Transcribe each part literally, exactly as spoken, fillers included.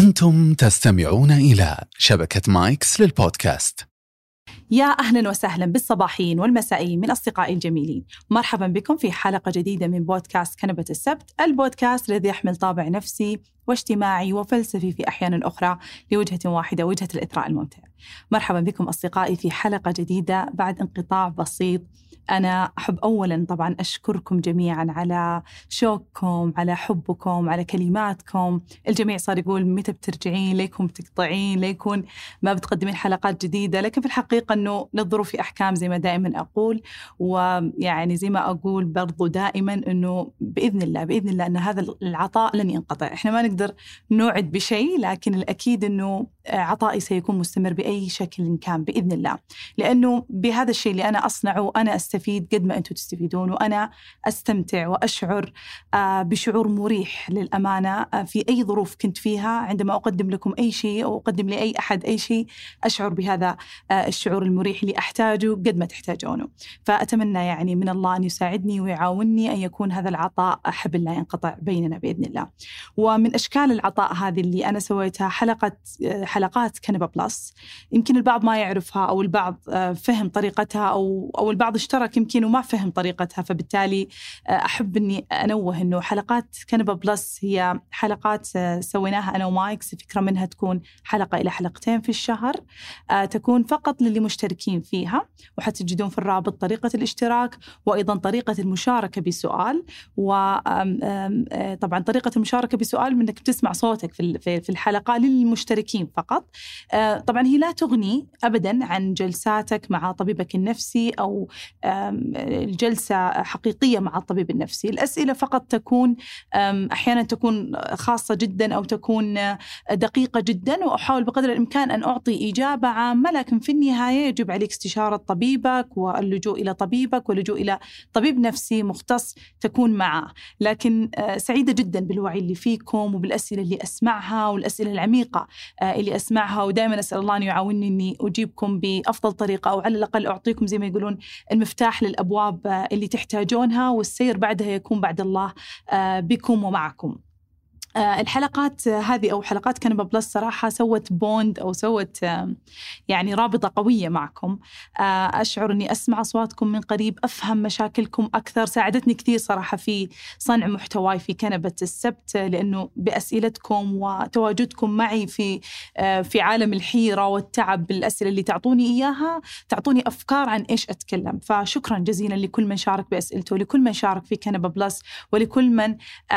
أنتم تستمعون إلى شبكة مايكس للبودكاست. يا أهلا وسهلا بالصباحين والمسائيين من أصدقائي الجميلين. مرحبا بكم في حلقة جديدة من بودكاست كنبة السبت، البودكاست الذي يحمل طابع نفسي واجتماعي وفلسفي في أحيان أخرى لوجهة واحدة، وجهة الإثراء الممتع. مرحبا بكم أصدقائي في حلقة جديدة بعد انقطاع بسيط. أنا أحب أولاً طبعاً أشكركم جميعاً على شوقكم، على حبكم، على كلماتكم. الجميع صار يقول متى بترجعين، ليكم بتقطعين، ليكون ما بتقدمين حلقات جديدة. لكن في الحقيقة أنه للظروف في أحكام زي ما دائماً أقول، ويعني زي ما أقول برضو دائماً أنه بإذن الله بإذن الله أن هذا العطاء لن ينقطع. إحنا ما نقدر نوعد بشيء، لكن الأكيد أنه عطائي سيكون مستمر بأي شكل كان بإذن الله، لأنه بهذا الشيء اللي أنا أصنعه أنا أستفيد قد ما أنتم تستفيدون، وأنا أستمتع وأشعر بشعور مريح للأمانة في أي ظروف كنت فيها. عندما أقدم لكم أي شيء أو أقدم لأي أحد أي شيء أشعر بهذا الشعور المريح اللي أحتاجه قد ما تحتاجونه. فأتمنى يعني من الله أن يساعدني ويعاونني أن يكون هذا العطاء حبل لا ينقطع بيننا بإذن الله. ومن أشكال العطاء هذه اللي أنا سويتها حلقة حلقات كنبة بلس. يمكن البعض ما يعرفها، أو البعض فهم طريقتها، أو أو البعض اشترك يمكن وما فهم طريقتها. فبالتالي أحب أني أنوه أنه حلقات كنبة بلس هي حلقات سويناها أنا ومايكس. فكرة منها تكون حلقة إلى حلقتين في الشهر، تكون فقط للي مشتركين فيها، وحتجدون في الرابط طريقة الاشتراك وأيضا طريقة المشاركة بسؤال. وطبعا طريقة المشاركة بسؤال منك بتسمع صوتك في الحلقة للمشتركين فقط. طبعا هي لا تغني أبدا عن جلساتك مع طبيبك النفسي أو الجلسة حقيقية مع الطبيب النفسي. الأسئلة فقط تكون أحيانا تكون خاصة جدا أو تكون دقيقة جدا، وأحاول بقدر الإمكان أن أعطي إجابة عامة، لكن في النهاية يجب عليك استشارة طبيبك واللجوء إلى طبيبك واللجوء إلى طبيب نفسي مختص تكون معه. لكن سعيدة جدا بالوعي اللي فيكم وبالأسئلة اللي أسمعها والأسئلة العميقة اللي أسمعها، ودائما أسأل الله أن يعاونني أني أجيبكم بأفضل طريقة، أو على الأقل أعطيكم زي ما يقولون المفتاح للأبواب اللي تحتاجونها، والسير بعدها يكون بعد الله بكم ومعكم. الحلقات هذه أو حلقات كنبة بلس صراحة سوت بوند أو سوت يعني رابطة قوية معكم. أشعر أني أسمع أصواتكم من قريب، أفهم مشاكلكم أكثر. ساعدتني كثير صراحة في صنع محتواي في كنبة السبت، لأنه بأسئلتكم وتواجدكم معي في في عالم الحيرة والتعب بالأسئلة اللي تعطوني إياها تعطوني أفكار عن إيش أتكلم. فشكرا جزيلا لكل من شارك بأسئلته، ولكل من شارك في كنبة بلس، ولكل من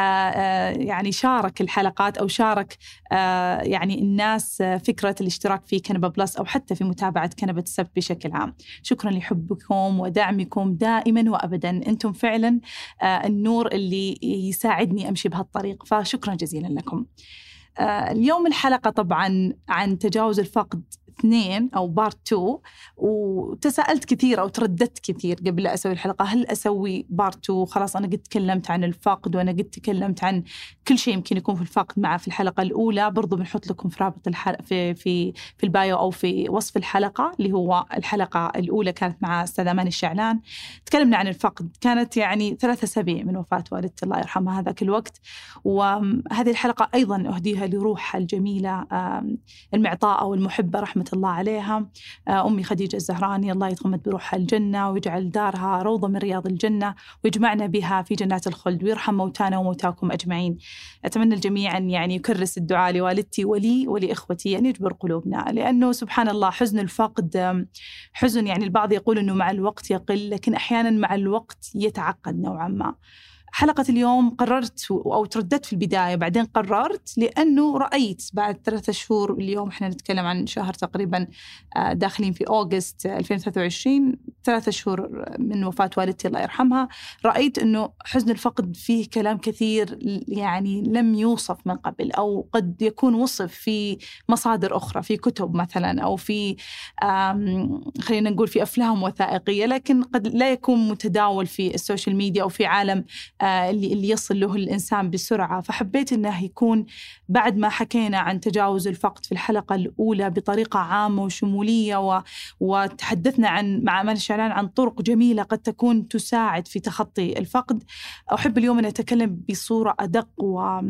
يعني شارك الحلقات أو شارك آه يعني الناس آه فكرة الاشتراك في كنبة بلس، أو حتى في متابعة كنبة السبت بشكل عام. شكرا لحبكم ودعمكم دائما وأبدا. أنتم فعلا آه النور اللي يساعدني أمشي بهالطريق، فشكرا جزيلا لكم. آه اليوم الحلقة طبعا عن تجاوز الفقد اثنين أو بارت تو، وتساءلت كثير أو ترددت كثير قبل لا أسوي الحلقة، هل أسوي بارت تو؟ خلاص أنا قد تكلمت عن الفقد، وأنا قد تكلمت عن كل شيء يمكن يكون في الفقد مع في الحلقة الأولى. برضو بنحط لكم في رابط الحلقة في في في البايو أو في وصف الحلقة، اللي هو الحلقة الأولى كانت مع أستاذ أمان الشعلان. تكلمنا عن الفقد، كانت يعني ثلاثة أسابيع من وفاة والدتي الله يرحمها هذاك الوقت. وهذه الحلقة أيضا أهديها لروحها الجميلة المعطاءة والمحبة رحمة الله عليها، أمي خديجة الزهراني، الله يتغمد بروحها الجنة ويجعل دارها روضة من رياض الجنة، ويجمعنا بها في جنات الخلد، ويرحم موتانا وموتاكم أجمعين. أتمنى الجميع أن يعني يكرس الدعاء لوالدتي ولي ولإخوتي أن يجبر قلوبنا، لأنه سبحان الله حزن الفقد حزن يعني البعض يقول أنه مع الوقت يقل، لكن أحيانا مع الوقت يتعقد نوعا ما. حلقة اليوم قررت أو ترددت في البداية، بعدين قررت لأنه رأيت بعد ثلاثة شهور، اليوم إحنا نتكلم عن شهر تقريبا داخلين في أغسطس ألفين وثلاثة وعشرين، ثلاثة شهور من وفاة والدتي الله يرحمها. رأيت أنه حزن الفقد فيه كلام كثير يعني لم يوصف من قبل، أو قد يكون وصف في مصادر أخرى في كتب مثلا، أو في خلينا نقول في أفلام وثائقية، لكن قد لا يكون متداول في السوشيال ميديا أو في عالم اللي اللي يصل له الإنسان بسرعة. فحبيت أنه يكون بعد ما حكينا عن تجاوز الفقد في الحلقة الأولى بطريقة عامة وشمولية، و... وتحدثنا عن مع أمان الشعلان عن طرق جميلة قد تكون تساعد في تخطي الفقد، أحب اليوم أن أتكلم بصورة أدق و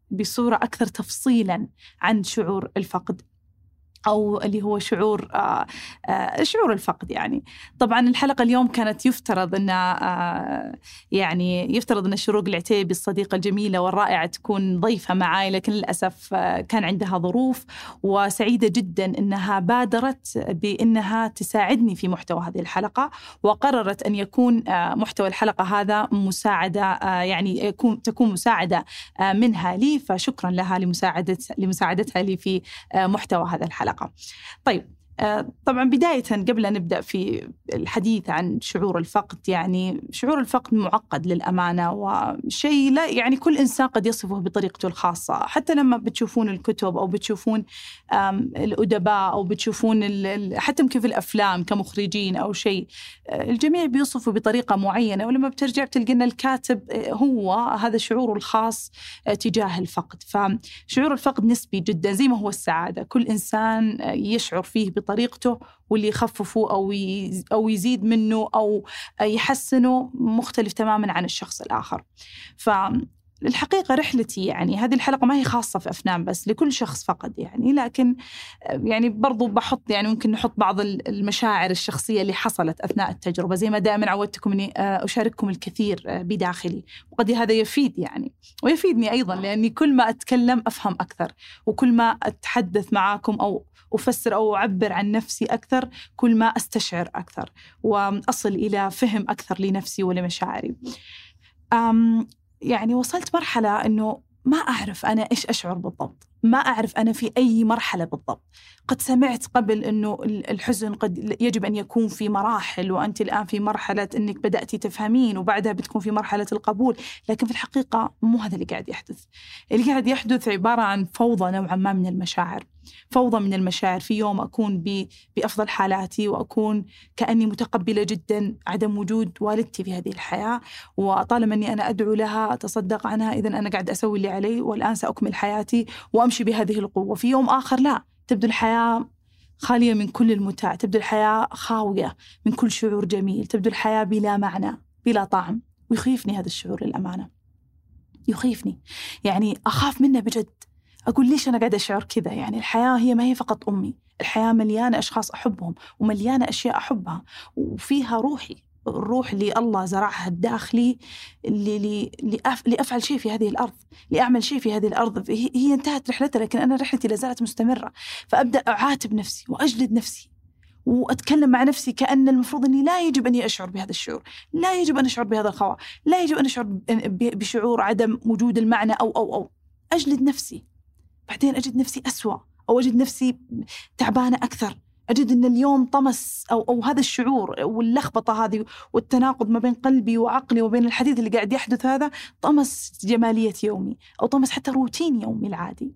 بصورة أكثر تفصيلا عن شعور الفقد، أو اللي هو شعور آه آه شعور الفقد. يعني طبعا الحلقة اليوم كانت يفترض أن آه يعني يفترض أن الشروق العتيبي الصديقة الجميلة والرائعة تكون ضيفة معاي، لكن للأسف آه كان عندها ظروف، وسعيدة جدا أنها بادرت بأنها تساعدني في محتوى هذه الحلقة، وقررت أن يكون آه محتوى الحلقة هذا مساعدة آه يعني يكون تكون مساعدة آه منها لي، فشكرا لها لمساعدة لمساعدتها لي في آه محتوى هذا الحلقة. طيب طبعا بداية قبل أن نبدأ في الحديث عن شعور الفقد، يعني شعور الفقد معقد للأمانة، وشيء لا يعني كل إنسان قد يصفه بطريقته الخاصة. حتى لما بتشوفون الكتب أو بتشوفون الأدباء أو بتشوفون حتى يمكن في الأفلام كمخرجين أو شيء، الجميع بيوصفوا بطريقة معينة، ولما بترجع بتلقى أن الكاتب هو هذا شعوره الخاص تجاه الفقد. فشعور الفقد نسبي جدا زي ما هو السعادة، كل إنسان يشعر فيه بطريقته، واللي يخففه أو أو يزيد منه أو يحسنه مختلف تماما عن الشخص الآخر. فالحقيقة رحلتي يعني هذه الحلقة ما هي خاصة في أفنان بس، لكل شخص فقد يعني، لكن يعني برضو بحط يعني ممكن نحط بعض المشاعر الشخصية اللي حصلت أثناء التجربة، زي ما دائما عودتكم أني أشارككم الكثير بداخلي، وقد هذا يفيد يعني ويفيدني أيضا، لأني كل ما أتكلم أفهم أكثر، وكل ما أتحدث معاكم أو أفسر أو أعبر عن نفسي أكثر كل ما أستشعر أكثر وأصل إلى فهم أكثر لنفسي ولمشاعري. أم يعني وصلت مرحلة أنه ما أعرف أنا إيش أشعر بالضبط، ما أعرف أنا في أي مرحلة بالضبط. قد سمعت قبل أنه الحزن قد يجب أن يكون في مراحل، وأنت الآن في مرحلة أنك بدأتي تفهمين وبعدها بتكون في مرحلة القبول، لكن في الحقيقة مو هذا اللي قاعد يحدث. اللي قاعد يحدث عبارة عن فوضى نوعا ما من المشاعر، فوضى من المشاعر. في يوم أكون بأفضل حالاتي وأكون كأني متقبلة جدا عدم وجود والدتي في هذه الحياة، وطالما أني أنا أدعو لها أتصدق عنها، إذن أنا قاعد أسوي اللي علي والآن سأكمل حياتي وأمشي بهذه القوة. في يوم آخر لا، تبدو الحياة خالية من كل المتع، تبدو الحياة خاوية من كل شعور جميل، تبدو الحياة بلا معنى بلا طعم. ويخيفني هذا الشعور للأمانة، يخيفني، يعني أخاف منه بجد. أقول ليش أنا قاعدة أشعر كذا؟ يعني الحياة هي ما هي فقط أمي، الحياة مليانة أشخاص أحبهم ومليانة أشياء أحبها، وفيها روحي، الروح اللي الله زرعها الداخلي اللي لأفعل شيء في هذه الأرض، لأعمل شيء في هذه الأرض. هي انتهت رحلتها، لكن أنا رحلتي لازالت مستمرة. فأبدأ أعاتب نفسي وأجلد نفسي وأتكلم مع نفسي كأن المفروض أني لا يجب أني أشعر بهذا الشعور، لا يجب أن أشعر بهذا الخواء، لا يجب أن أشعر بشعور عدم وجود المعنى أو أو أو أجلد نفسي. بعدين أجد نفسي أسوأ، أو أجد نفسي تعبانة أكثر، أجد أن اليوم طمس أو, أو هذا الشعور واللخبطة هذه والتناقض ما بين قلبي وعقلي وبين الحديث اللي قاعد يحدث هذا طمس جمالية يومي، أو طمس حتى روتين يومي العادي.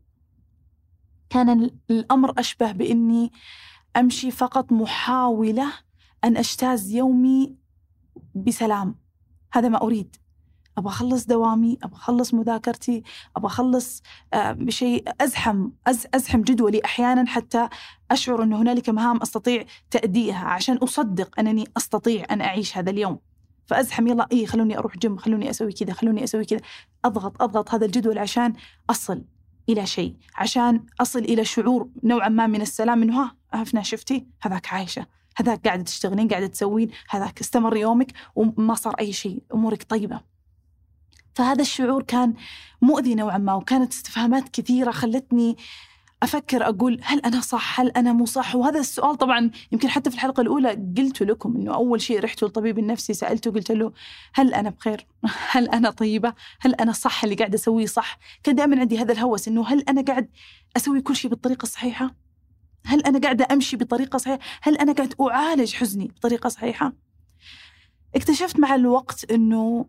كان الأمر أشبه بإني أمشي فقط محاولة أن أجتاز يومي بسلام. هذا ما أريد. أبغى أخلص دوامي، أبغى أخلص مذاكرتي، أبغى أخلص بشيء، أزحم أزحم جدولي أحيانا حتى أشعر أن هنالك مهام أستطيع تأديها عشان أصدق أنني أستطيع أن أعيش هذا اليوم. فأزحم، يلا إيه خلوني أروح جيم، خلوني أسوي كذا، خلوني أسوي كذا، أضغط أضغط هذا الجدول عشان أصل إلى شيء، عشان أصل إلى شعور نوعا ما من السلام، منه ها أهفنا شفتي هذاك عايشة، هذاك قاعدة تشتغلين، قاعدة تسوين، هذاك استمر يومك وما صار أي شيء، أمورك طيبة. فهذا الشعور كان مؤذي نوعا ما، وكانت استفهامات كثيرة خلتني أفكر، أقول هل أنا صح، هل أنا مو صح؟ وهذا السؤال طبعا يمكن حتى في الحلقة الأولى قلت لكم أنه أول شيء رحت للطبيب النفسي سألته، قلت له هل أنا بخير؟ هل أنا طيبة؟ هل أنا صح اللي قاعد أسويه صح؟ كان دائما عندي هذا الهوس أنه هل أنا قاعد أسوي كل شيء بالطريقة الصحيحة؟ هل أنا قاعدة أمشي بطريقة صحيحة؟ هل أنا قاعد أعالج حزني بطريقة صحيحة؟ اكتشفت مع الوقت أنه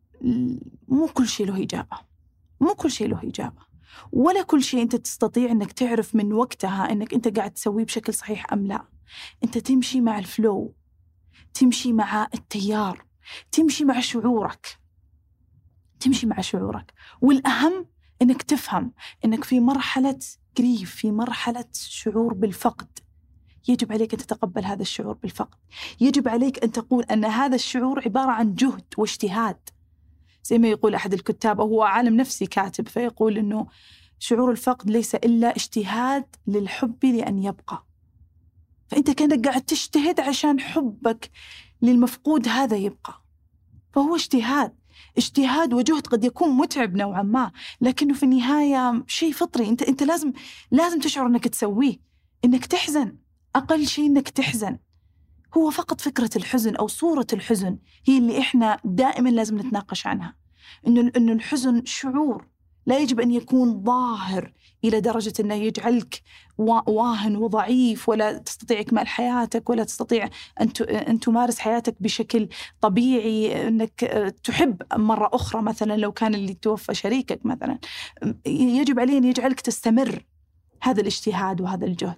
مو كل شيء له إجابة، مو كل شيء له إجابة، ولا كل شيء أنت تستطيع أنك تعرف من وقتها أنك أنت قاعد تسويه بشكل صحيح أم لا. أنت تمشي مع الفلو، تمشي مع التيار، تمشي مع شعورك، تمشي مع شعورك. والأهم أنك تفهم أنك في مرحلة قريب، في مرحلة شعور بالفقد. يجب عليك أن تتقبل هذا الشعور بالفقد، يجب عليك أن تقول أن هذا الشعور عبارة عن جهد واجتهاد. زي ما يقول أحد الكتاب، أو هو عالم نفسي كاتب، فيقول إنه شعور الفقد ليس إلا اجتهاد للحب لأن يبقى. فأنت كأنك قاعد تجتهد عشان حبك للمفقود هذا يبقى، فهو اجتهاد اجتهاد وجهد قد يكون متعب نوعا ما، لكنه في النهاية شيء فطري. أنت أنت لازم لازم تشعر أنك تسويه، إنك تحزن، أقل شيء إنك تحزن. هو فقط فكرة الحزن أو صورة الحزن هي اللي إحنا دائما لازم نتناقش عنها، إنه إنه الحزن شعور لا يجب أن يكون ظاهر إلى درجة أنه يجعلك واهن وضعيف ولا تستطيع إكمال حياتك ولا تستطيع أن تمارس حياتك بشكل طبيعي، أنك تحب مرة أخرى مثلا لو كان اللي توفى شريكك مثلا. يجب عليه أن يجعلك تستمر هذا الاجتهاد وهذا الجهد.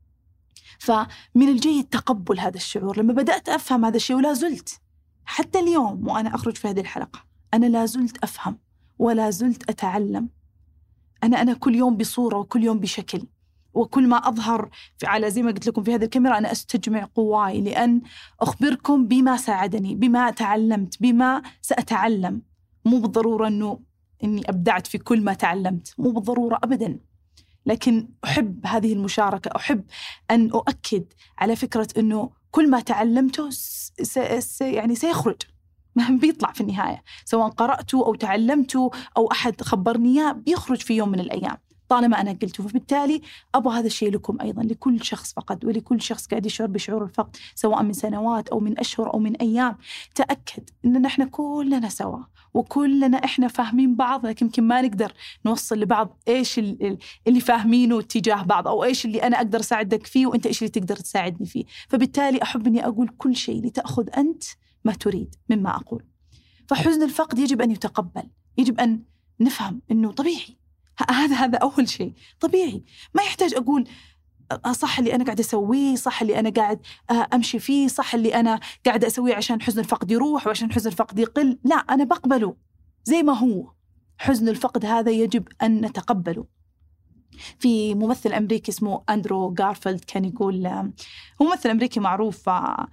فمن الجيد تقبل هذا الشعور. لما بدأت أفهم هذا الشيء ولا زلت حتى اليوم وأنا أخرج في هذه الحلقة أنا لا زلت أفهم ولا زلت أتعلم. أنا أنا كل يوم بصورة وكل يوم بشكل، وكل ما أظهر على زي ما قلت لكم في هذه الكاميرا أنا أستجمع قواي لأن أخبركم بما ساعدني، بما تعلمت، بما سأتعلم. مو بالضرورة أنه أني أبدعت في كل ما تعلمت، مو بالضرورة أبدا، لكن أحب هذه المشاركة. أحب أن أؤكد على فكرة أنه كل ما تعلمته س... س... يعني سيخرج، ما بيطلع في النهاية، سواء قرأته أو تعلمته أو أحد خبرني إياه بيخرج في يوم من الأيام طالما أنا قلته. فبالتالي أبغى هذا الشيء لكم أيضا، لكل شخص فقد ولكل شخص قاعد يشعر بشعور الفقد سواء من سنوات أو من أشهر أو من أيام. تأكد أننا إحنا كلنا سوا وكلنا إحنا فاهمين بعض، لكن يمكن ما نقدر نوصل لبعض إيش اللي فاهمينه تجاه بعض، أو إيش اللي أنا أقدر أساعدك فيه وإنت إيش اللي تقدر تساعدني فيه. فبالتالي أحب أني أقول كل شيء لتأخذ أنت ما تريد مما أقول. فحزن الفقد يجب أن يتقبل، يجب أن نفهم أنه طبيعي. هذا هذا أول شيء طبيعي، ما يحتاج أقول صح اللي أنا قاعد أسويه، صح اللي أنا قاعد أمشي فيه، صح اللي أنا قاعد أسويه عشان حزن الفقد يروح وعشان حزن الفقد يقل. لا، أنا بقبله زي ما هو. حزن الفقد هذا يجب أن نتقبله. في ممثل أمريكي اسمه أندرو غارفيلد كان يقول، هو ممثل أمريكي معروف،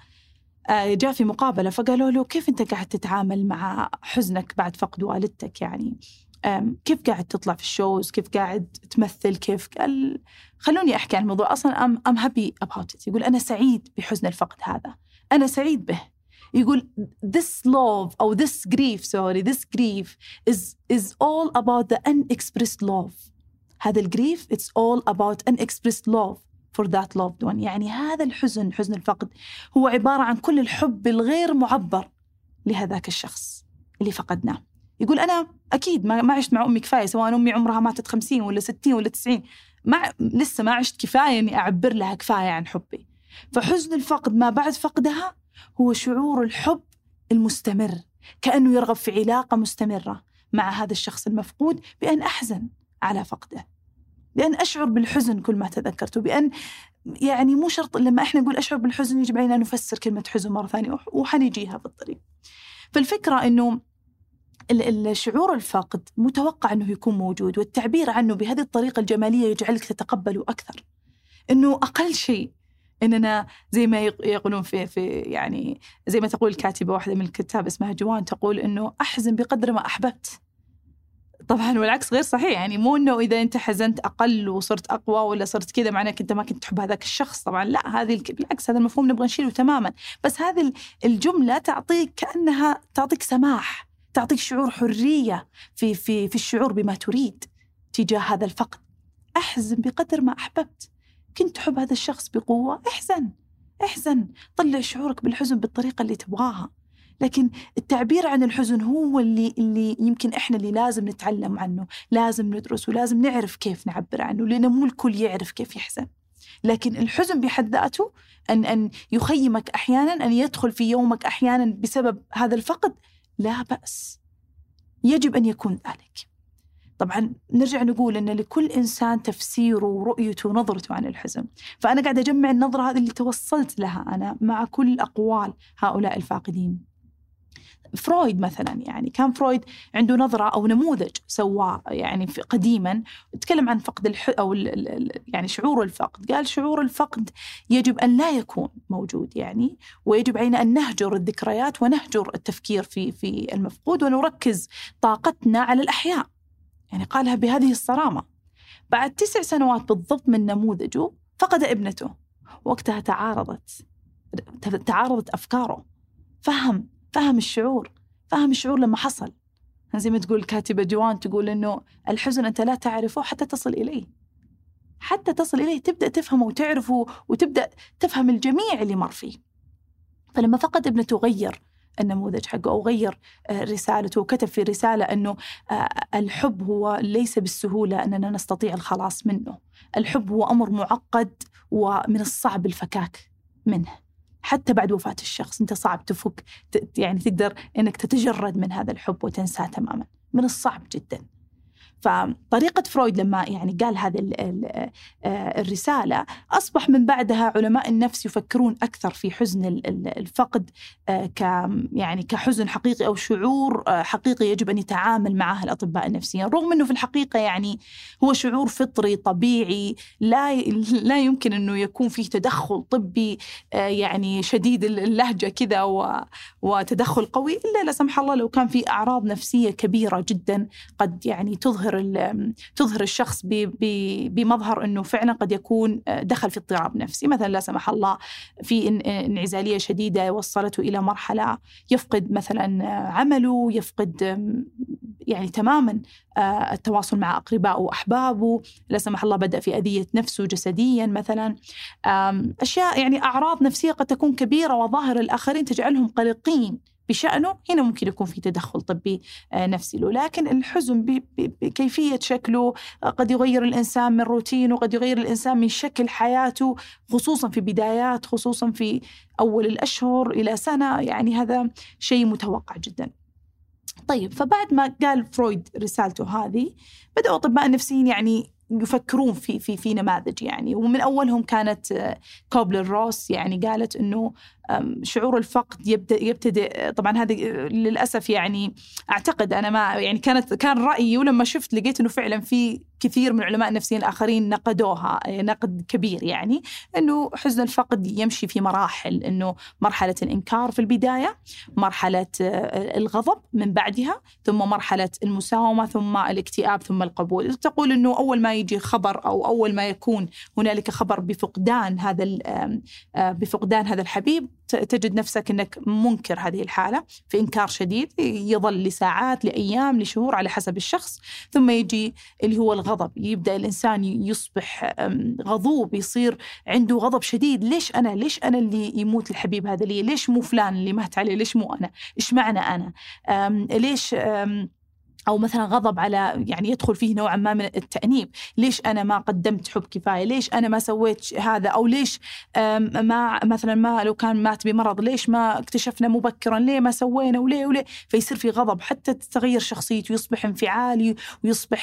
جاء في مقابلة فقالوا له كيف أنت قاعد تتعامل مع حزنك بعد فقد والدتك، يعني كيف قاعد تطلع في الشوز، كيف قاعد تمثل، كيف. قال خلوني أحكي عن الموضوع. أصلا I'm, I'm happy about it. يقول أنا سعيد بحزن الفقد هذا، أنا سعيد به. يقول this love أو this grief sorry this grief is is all about the unexpressed love. هذا الجريف it's all about unexpressed love for that loved one. يعني هذا الحزن، حزن الفقد، هو عبارة عن كل الحب الغير معبر لهذاك الشخص اللي فقدناه. يقول أنا أكيد ما ما عشت مع أمي كفاية، سواء أمي عمرها ماتت خمسين ولا ستين ولا تسعين، ما لسه ما عشت كفاية إني أعبر لها كفاية عن حبي. فحزن الفقد ما بعد فقدها هو شعور الحب المستمر، كأنه يرغب في علاقة مستمرة مع هذا الشخص المفقود، بأن أحزن على فقده، بأن أشعر بالحزن كل ما تذكرته، بأن يعني مو شرط لما إحنا نقول أشعر بالحزن يجب علينا نفسر كلمة حزن مرة ثانية، وحنيجيها في الطريق. فالفكرة إنه الشعور الفقد متوقع أنه يكون موجود، والتعبير عنه بهذه الطريقة الجمالية يجعلك تتقبله أكثر. إنه أقل شيء إننا زي ما يقولون في في يعني زي ما تقول الكاتبة واحدة من الكتاب اسمها جوان، تقول إنه أحزن بقدر ما أحببت. طبعا والعكس غير صحيح، يعني مو إنه إذا أنت حزنت أقل وصرت أقوى ولا صرت كذا معناه أنت ما كنت تحب هذاك الشخص. طبعا لا، هذه بالعكس، هذا المفهوم نبغى نشيله تماما. بس هذه الجملة تعطيك كأنها تعطيك سماح، تعطيك شعور حرية في في في الشعور بما تريد تجاه هذا الفقد. أحزن بقدر ما أحببت. كنت تحب هذا الشخص بقوة، احزن احزن، طلع شعورك بالحزن بالطريقة اللي تبغاها. لكن التعبير عن الحزن هو اللي اللي يمكن إحنا اللي لازم نتعلم عنه، لازم ندرس ولازم نعرف كيف نعبر عنه، لأن مو الكل يعرف كيف يحزن. لكن الحزن بحد ذاته أن أن يخيمك أحيانا، أن يدخل في يومك أحيانا بسبب هذا الفقد، لا بأس، يجب أن يكون ذلك. طبعا نرجع نقول أن لكل إنسان تفسيره ورؤيته ونظرته عن الحزن. فأنا قاعدة أجمع النظرة هذه اللي توصلت لها أنا مع كل أقوال هؤلاء الفاقدين. فرويد مثلا، يعني كان فرويد عنده نظرة أو نموذج سواه يعني قديما، تكلم عن فقد الح أو ال ال يعني شعور الفقد. قال شعور الفقد يجب أن لا يكون موجود يعني، ويجب علينا أن نهجر الذكريات ونهجر التفكير في في المفقود ونركز طاقتنا على الأحياء. يعني قالها بهذه الصرامة. بعد تسع سنوات بالضبط من نموذجه فقد ابنته، وقتها تعارضت تعارضت أفكاره، فهم فهم الشعور فهم الشعور لما حصل. زي ما تقول كاتبة جوان تقول إنه الحزن أنت لا تعرفه حتى تصل إليه، حتى تصل إليه تبدأ تفهمه وتعرفه وتبدأ تفهم الجميع اللي مر فيه. فلما فقد ابنته غير النموذج حقه أو غير رسالته، وكتب في رسالة أنه الحب هو ليس بالسهولة أننا نستطيع الخلاص منه، الحب هو أمر معقد ومن الصعب الفكاك منه. حتى بعد وفاة الشخص أنت صعب تفك يعني تقدر أنك تتجرد من هذا الحب وتنساه تماما، من الصعب جدا. فطريقة فرويد لما يعني قال هذه الرسالة، أصبح من بعدها علماء النفس يفكرون أكثر في حزن الفقد ك يعني كحزن حقيقي أو شعور حقيقي يجب أن يتعامل معه الأطباء النفسيين، رغم أنه في الحقيقة يعني هو شعور فطري طبيعي لا لا يمكن أنه يكون فيه تدخل طبي يعني شديد اللهجة كذا وتدخل قوي، إلا لا سمح الله لو كان في أعراض نفسية كبيرة جدا قد يعني تظهر تظهر الشخص بمظهر أنه فعلا قد يكون دخل في اضطراب نفسي. مثلا لا سمح الله في انعزالية شديدة وصلته إلى مرحلة يفقد مثلا عمله، يفقد يعني تماما التواصل مع أقربائه وأحبابه، لا سمح الله بدأ في أذية نفسه جسديا مثلا، أشياء يعني أعراض نفسية قد تكون كبيرة وظاهر الآخرين تجعلهم قلقين بشأنه. هنا ممكن يكون في تدخل طبي نفسي له. لكن الحزن بكيفية شكله قد يغير الإنسان من روتينه، قد يغير الإنسان من شكل حياته، خصوصا في بدايات، خصوصا في أول الأشهر إلى سنة، يعني هذا شيء متوقع جدا. طيب، فبعد ما قال فرويد رسالته هذه بدأوا أطباء النفسيين يعني يفكرون في في في نماذج يعني، ومن أولهم كانت كوبلر روس، يعني قالت إنه شعور الفقد يبدأ يبتدئ طبعا هذا للأسف يعني أعتقد أنا ما يعني كانت كان رأيي، ولما شفت لقيت إنه فعلا في كثير من علماء النفسيين الآخرين نقدوها نقد كبير، يعني إنه حزن الفقد يمشي في مراحل، إنه مرحلة الإنكار في البداية، مرحلة الغضب من بعدها، ثم مرحلة المساومة، ثم الاكتئاب، ثم القبول. تقول إنه أول ما يجي خبر أو أول ما يكون هنالك خبر بفقدان هذا بفقدان هذا الحبيب تجد نفسك أنك منكر هذه الحالة، في إنكار شديد يظل لساعات لأيام لشهور على حسب الشخص. ثم يجي اللي هو الغضب، يبدأ الإنسان يصبح غضوب، يصير عنده غضب شديد. ليش أنا ليش أنا اللي يموت الحبيب هذا لي؟ ليش مو فلان اللي مات عليه؟ ليش مو أنا؟ إيش معنى أنا؟ ليش أو مثلا غضب على يعني يدخل فيه نوعا ما من التأنيب، ليش أنا ما قدمت حب كفاية؟ ليش أنا ما سويت هذا؟ أو ليش ما مثلا ما لو كان مات بمرض ليش ما اكتشفنا مبكرا؟ ليه ما سوينا؟ وليه وليه؟ فيصير في غضب، حتى تتغير شخصيته، يصبح انفعالي ويصبح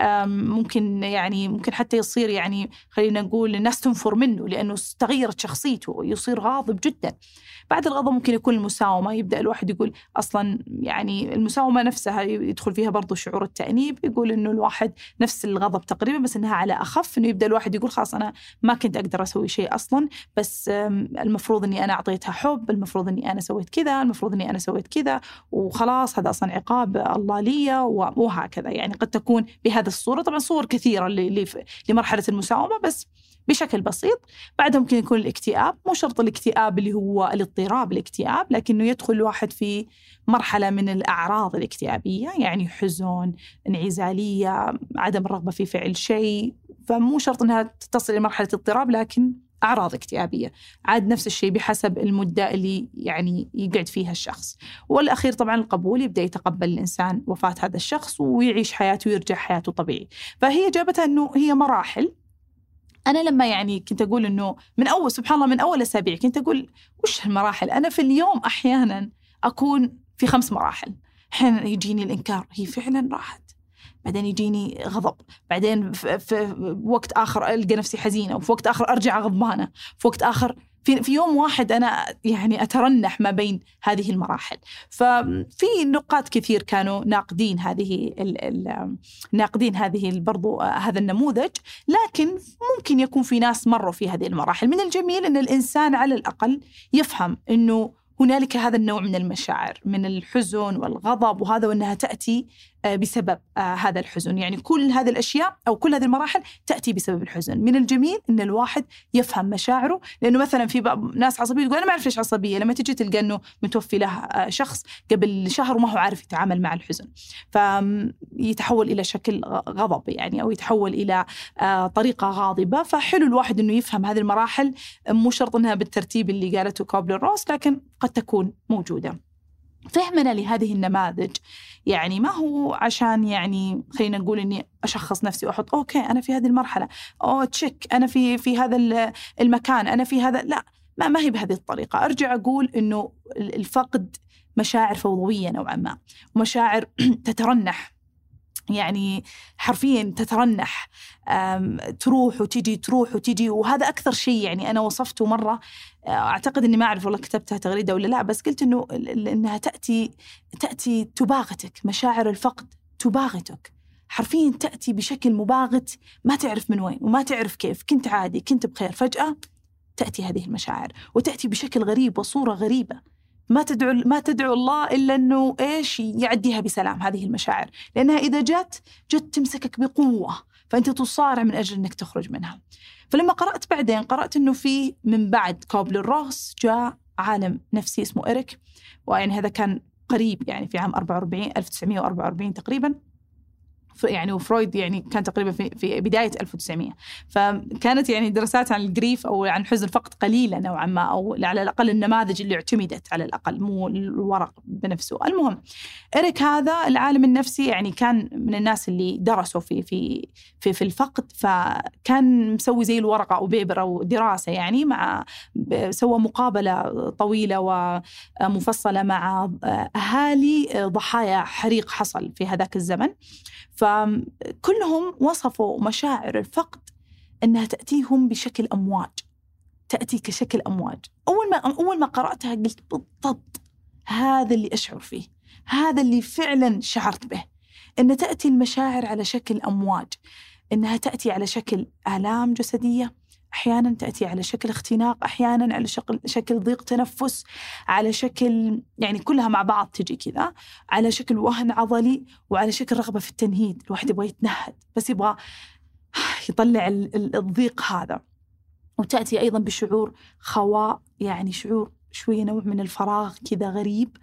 ممكن يعني ممكن حتى يصير يعني خلينا نقول الناس تنفر منه لأنه تغيرت شخصيته، يصير غاضب جدا. بعد الغضب ممكن يكون المساومة، يبدأ الواحد يقول أصلا يعني المساومة نفسها يدخل فيها برضو شعور التأنيب، يقول إنه الواحد نفس الغضب تقريبا بس إنها على أخف، إنه يبدأ الواحد يقول خلاص أنا ما كنت أقدر أسوي شيء أصلا، بس المفروض إني أنا أعطيتها حب، المفروض إني أنا سويت كذا، المفروض إني أنا سويت كذا، وخلاص هذا أصلا عقاب الله لي، وهكذا. يعني قد تكون بهذا الصورة، طبعا صور كثيرة لمرحلة المساومة بس بشكل بسيط. بعدها ممكن يكون الاكتئاب، مو شرط الاكتئاب اللي هو الاضطراب الاكتئاب، لكنه يدخل الواحد في مرحلة من الأعراض الاكتئابية، يعني حزن، انعزالية، عدم الرغبة في فعل شيء. فمو شرط أنها تصل إلى مرحلة اضطراب، لكن أعراض اكتئابية عاد نفس الشيء بحسب المدة اللي يعني يقعد فيها الشخص. والأخير طبعا القبول، يبدأ يتقبل الإنسان وفاة هذا الشخص ويعيش حياته ويرجع حياته طبيعي. فهي جابتها أنه هي مراحل. أنا لما يعني كنت أقول إنه من أول سبحان الله من أول أسابيع كنت أقول وش هالمراحل؟ أنا في اليوم أحيانا أكون في خمس مراحل. أحيانا يجيني الإنكار، هي فعلا راحت، بعدين يجيني غضب، بعدين في, في وقت آخر ألقى نفسي حزينة، وفي وقت آخر أرجع غضبانة، في وقت آخر في في يوم واحد أنا يعني أترنح ما بين هذه المراحل. ففي نقاط كثير كانوا ناقدين هذه ال ال ناقدين هذه برضو هذا النموذج، لكن ممكن يكون في ناس مروا في هذه المراحل. من الجميل أن الإنسان على الأقل يفهم أنه هنالك هذا النوع من المشاعر، من الحزن والغضب وهذا، وأنها تأتي بسبب هذا الحزن. يعني كل هذه الأشياء أو كل هذه المراحل تأتي بسبب الحزن. من الجميل أن الواحد يفهم مشاعره، لأنه مثلا في ناس عصبية تقول أنا ما أعرف ليش عصبية، لما تجي تلقى أنه متوفي له شخص قبل شهر وما هو عارف يتعامل مع الحزن، فيتحول إلى شكل غضب يعني، أو يتحول إلى طريقة غاضبة. فحلو الواحد أنه يفهم هذه المراحل، مو شرط أنها بالترتيب اللي قالته كوبلر-روس، لكن قد تكون موجودة. فهمنا لهذه النماذج يعني ما هو عشان يعني خلينا نقول إني أشخص نفسي وأحط أوكي أنا في هذه المرحلة، أو تشيك أنا في في هذا المكان، أنا في هذا، لا، ما ما هي بهذه الطريقة. أرجع أقول إنه الفقد مشاعر فوضوية نوعا ما، ومشاعر تترنح، يعني حرفيا تترنح، تروح وتجي تروح وتجي. وهذا أكثر شيء يعني أنا وصفته مرة، أعتقد أني ما أعرف والله كتبتها تغريدة ولا لا، بس قلت إنه إنها تأتي تأتي تباغتك. مشاعر الفقد تباغتك حرفيا، تأتي بشكل مباغت، ما تعرف من وين وما تعرف كيف. كنت عادي، كنت بخير، فجأة تأتي هذه المشاعر، وتأتي بشكل غريب وصورة غريبة. ما تدعو ما تدعو الله إلا أنه إيش يعديها بسلام هذه المشاعر، لأنها إذا جت جت تمسكك بقوة، فأنت تصارع من أجل أنك تخرج منها. فلما قرأت بعدين قرأت أنه في من بعد كوبلر-روس جاء عالم نفسي اسمه إريك، ويعني هذا كان قريب يعني في عام أربعة وأربعين ألف وتسعمائة وأربعة وأربعين تقريبا يعني، وفرويد يعني كان تقريبا في في بداية ألف وتسعمائة. فكانت يعني دراسات عن الجريف أو عن حزن الفقد قليلة نوعا ما، أو على الأقل النماذج اللي اعتمدت على الأقل، مو الورق بنفسه. المهم إريك هذا العالم النفسي يعني كان من الناس اللي درسوا في في في في الفقد، فكان مسوي زي الورقة أو بيبر أو دراسة يعني، مع سوى مقابلة طويلة ومفصلة مع أهالي ضحايا حريق حصل في هذاك الزمن. فكلهم وصفوا مشاعر الفقد أنها تأتيهم بشكل أمواج، تأتي كشكل أمواج. أول ما أول ما قرأتها قلت بالضبط هذا اللي أشعر فيه، هذا اللي فعلا شعرت به، أن تأتي المشاعر على شكل أمواج، أنها تأتي على شكل آلام جسدية، أحيانا تأتي على شكل اختناق، أحيانا على شكل شكل ضيق تنفس، على شكل يعني كلها مع بعض تجي كذا، على شكل وهن عضلي، وعلى شكل رغبة في التنهيد. الواحد يبغى يتنهد بس يبغى يطلع الضيق هذا. وتأتي أيضا بشعور خواء، يعني شعور شوية نوع من الفراغ كذا غريب،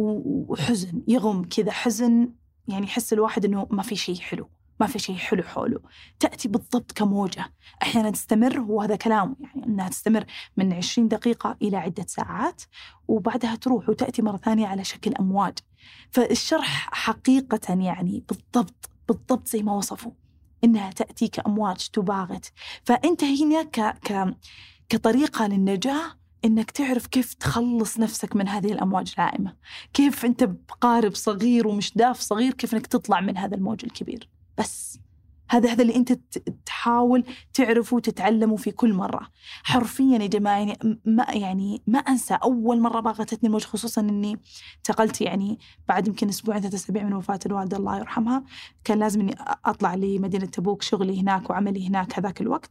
وحزن يغم كذا، حزن يعني يحس الواحد أنه ما في شيء حلو، ما في شيء حلو حوله. تأتي بالضبط كموجة، أحيانا تستمر، وهذا كلام يعني أنها تستمر من عشرين دقيقة إلى عدة ساعات، وبعدها تروح وتأتي مرة ثانية على شكل أمواج. فالشرح حقيقة يعني بالضبط بالضبط زي ما وصفوا، إنها تأتي كأمواج تباغت. فأنت هنا ك... ك... كطريقة للنجاة، إنك تعرف كيف تخلص نفسك من هذه الأمواج العائمة، كيف أنت بقارب صغير ومشداف صغير، كيف إنك تطلع من هذا الموج الكبير. بس هذا هذا اللي أنت تحاول تعرفه وتتعلمه في كل مرة. حرفيا يا جماعة يعني ما يعني ما أنسى أول مرة باغتتني الموج، خصوصا إني انتقلت يعني بعد يمكن أسبوعين ثلاثة أسابيع من وفاة الوالدة الله يرحمها، كان لازم إني أطلع لمدينة تبوك، شغلي هناك وعملي هناك هذاك الوقت.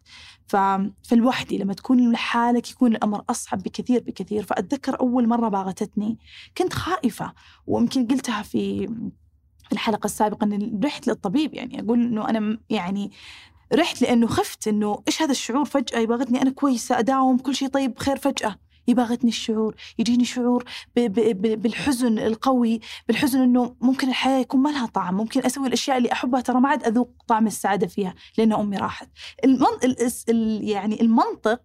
فالوحدي لما تكون لحالك يكون الأمر أصعب بكثير بكثير. فأتذكر أول مرة باغتتني كنت خائفة، ويمكن قلتها في الحلقة السابقة أن رحت للطبيب، يعني أقول أنه أنا يعني رحت لأنه خفت أنه إيش هذا الشعور، فجأة يبغتني أنا كويسة أداوم كل شيء طيب بخير، فجأة يبغتني الشعور، يجيني شعور ب ب ب بالحزن القوي، بالحزن أنه ممكن الحياة يكون ما لها طعم، ممكن أسوي الأشياء اللي أحبها ترى ما عاد أذوق طعم السعادة فيها لأن أمي راحت. المن... ال... يعني المنطق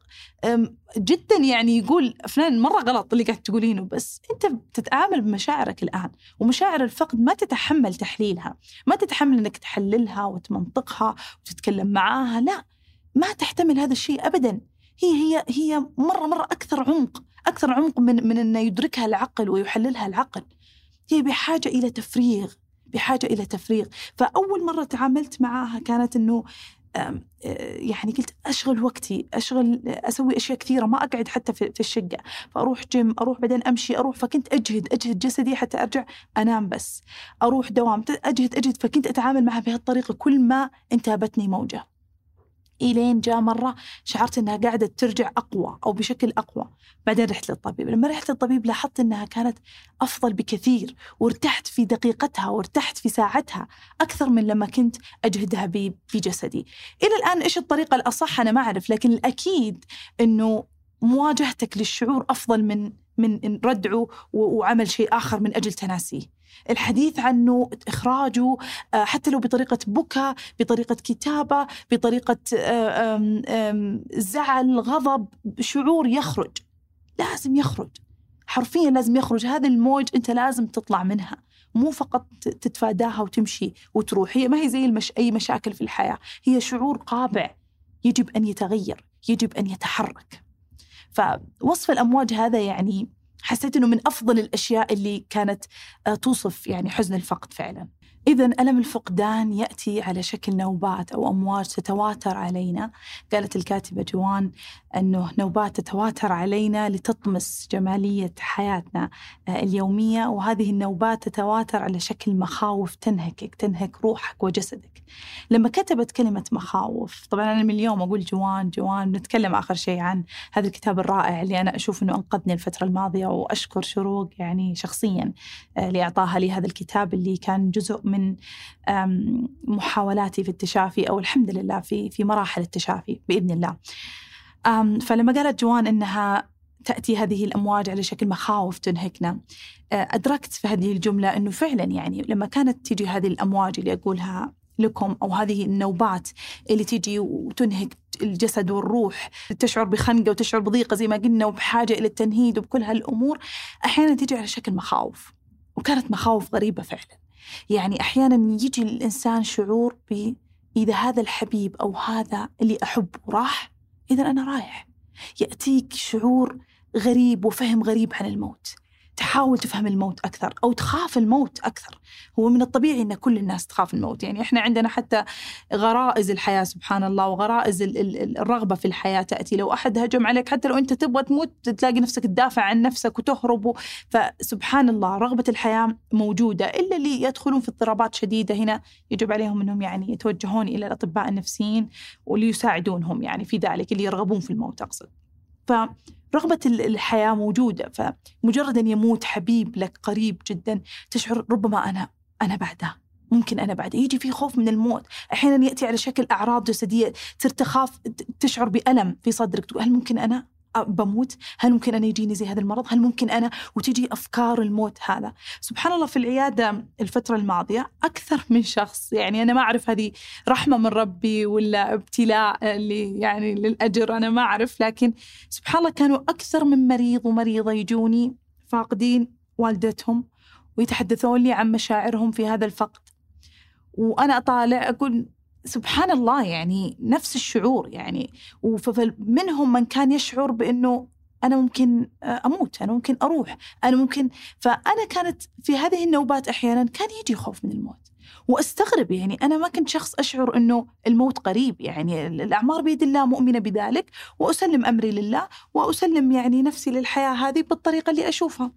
جدا يعني يقول فلان مرة غلط اللي قاعد تقولينه، بس أنت بتتعامل بمشاعرك الآن، ومشاعر الفقد ما تتحمل تحليلها، ما تتحمل أنك تحللها وتمنطقها وتتكلم معاها، لا، ما تحتمل هذا الشيء أبدا. هي هي هي مرة مرة أكثر عمق، أكثر عمق من من أن يدركها العقل ويحللها العقل. هي بحاجة إلى تفريغ، بحاجة إلى تفريغ. فأول مرة تعاملت معها كانت إنه يعني قلت أشغل وقتي، أشغل أسوي أشياء كثيرة، ما أقعد حتى في الشقة، فأروح جيم، أروح بعدين أمشي، أروح، فكنت أجهد أجهد جسدي حتى أرجع أنام، بس أروح دوام أجهد أجهد، فكنت أتعامل معها بهالطريقة كل ما انتابتني موجة، إلين جاء مرة شعرت أنها قاعدة ترجع أقوى أو بشكل أقوى. بعدين رحت للطبيب، لما رحت للطبيب لاحظت أنها كانت أفضل بكثير، وارتحت في دقيقتها وارتحت في ساعتها أكثر من لما كنت أجهدها بجسدي. إلى الآن إيش الطريقة الأصح أنا ما أعرف، لكن الأكيد أنه مواجهتك للشعور أفضل من من ردعه وعمل شيء آخر من أجل تناسيه. الحديث عنه، إخراجه، حتى لو بطريقة بكاء، بطريقة كتابة، بطريقة أم أم زعل، غضب، شعور يخرج، لازم يخرج، حرفيا لازم يخرج. هذا الموج أنت لازم تطلع منها، مو فقط تتفاداها وتمشي وتروح. هي ما هي زي المش... أي مشاكل في الحياة، هي شعور قابع يجب أن يتغير، يجب أن يتحرك. فوصف الأمواج هذا يعني حسيت أنه من أفضل الأشياء اللي كانت توصف يعني حزن الفقد فعلا. إذن ألم الفقدان يأتي على شكل نوبات أو أمواج تتواتر علينا. قالت الكاتبة جوان أنه نوبات تتواتر علينا لتطمس جمالية حياتنا اليومية، وهذه النوبات تتواتر على شكل مخاوف تنهكك، تنهك روحك وجسدك. لما كتبت كلمة مخاوف، طبعا أنا من اليوم أقول جوان جوان، نتكلم آخر شيء عن هذا الكتاب الرائع اللي أنا أشوف أنه أنقذني الفترة الماضية، وأشكر شروق يعني شخصيا لإعطاها لي هذا الكتاب اللي كان جزء من محاولاتي في التشافي، أو الحمد لله في في مراحل التشافي بإذن الله. فلما قالت جوان إنها تأتي هذه الأمواج على شكل مخاوف تنهكنا، أدركت في هذه الجملة أنه فعلا يعني لما كانت تيجي هذه الأمواج اللي أقولها لكم، أو هذه النوبات اللي تيجي وتنهك الجسد والروح، تشعر بخنقة وتشعر بضيقة زي ما قلنا، وبحاجة إلى التنهيد وبكل هالأمور، أحيانا تيجي على شكل مخاوف. وكانت مخاوف غريبة فعلا. يعني أحيانا يجي الإنسان شعور ب إذا هذا الحبيب أو هذا اللي أحبه راح، إذا أنا رايح. يأتيك شعور غريب وفهم غريب عن الموت، تحاول تفهم الموت أكثر أو تخاف الموت أكثر. هو من الطبيعي أن كل الناس تخاف الموت، يعني إحنا عندنا حتى غرائز الحياة سبحان الله، وغرائز الرغبة في الحياة تأتي. لو أحد هجم عليك، حتى لو أنت تبغى تموت، تلاقي نفسك تدافع عن نفسك وتهرب. فسبحان الله رغبة الحياة موجودة، إلا اللي يدخلون في اضطرابات شديدة هنا يجب عليهم أنهم يعني يتوجهون إلى الأطباء النفسيين واللي يساعدونهم يعني في ذلك، اللي يرغبون في الموت أقصد. فرغبة الحياة موجودة، فمجرد أن يموت حبيب لك قريب جدا تشعر ربما أنا أنا بعده، ممكن أنا بعده. يجي في خوف من الموت، أحيانا يأتي على شكل أعراض جسدية، ترتخاف، تشعر بألم في صدرك، تقول هل ممكن أنا بموت؟ هل ممكن أنا يجيني زي هذا المرض؟ هل ممكن أنا؟ وتجي أفكار الموت. هذا سبحان الله في العيادة الفترة الماضية أكثر من شخص، يعني أنا ما أعرف هذه رحمة من ربي ولا ابتلاء اللي يعني للأجر، أنا ما أعرف، لكن سبحان الله كانوا أكثر من مريض ومريضة يجوني فاقدين والدتهم ويتحدثون لي عن مشاعرهم في هذا الفقد، وأنا أطالع أقول سبحان الله يعني نفس الشعور يعني. ومنهم من كان يشعر بأنه أنا ممكن أموت، أنا ممكن أروح، أنا ممكن. فأنا كانت في هذه النوبات أحيانا كان يجي خوف من الموت، وأستغرب يعني أنا ما كنت شخص أشعر أنه الموت قريب، يعني الأعمار بيد الله، مؤمنة بذلك، وأسلم أمري لله، وأسلم يعني نفسي للحياة هذه بالطريقة اللي أشوفها.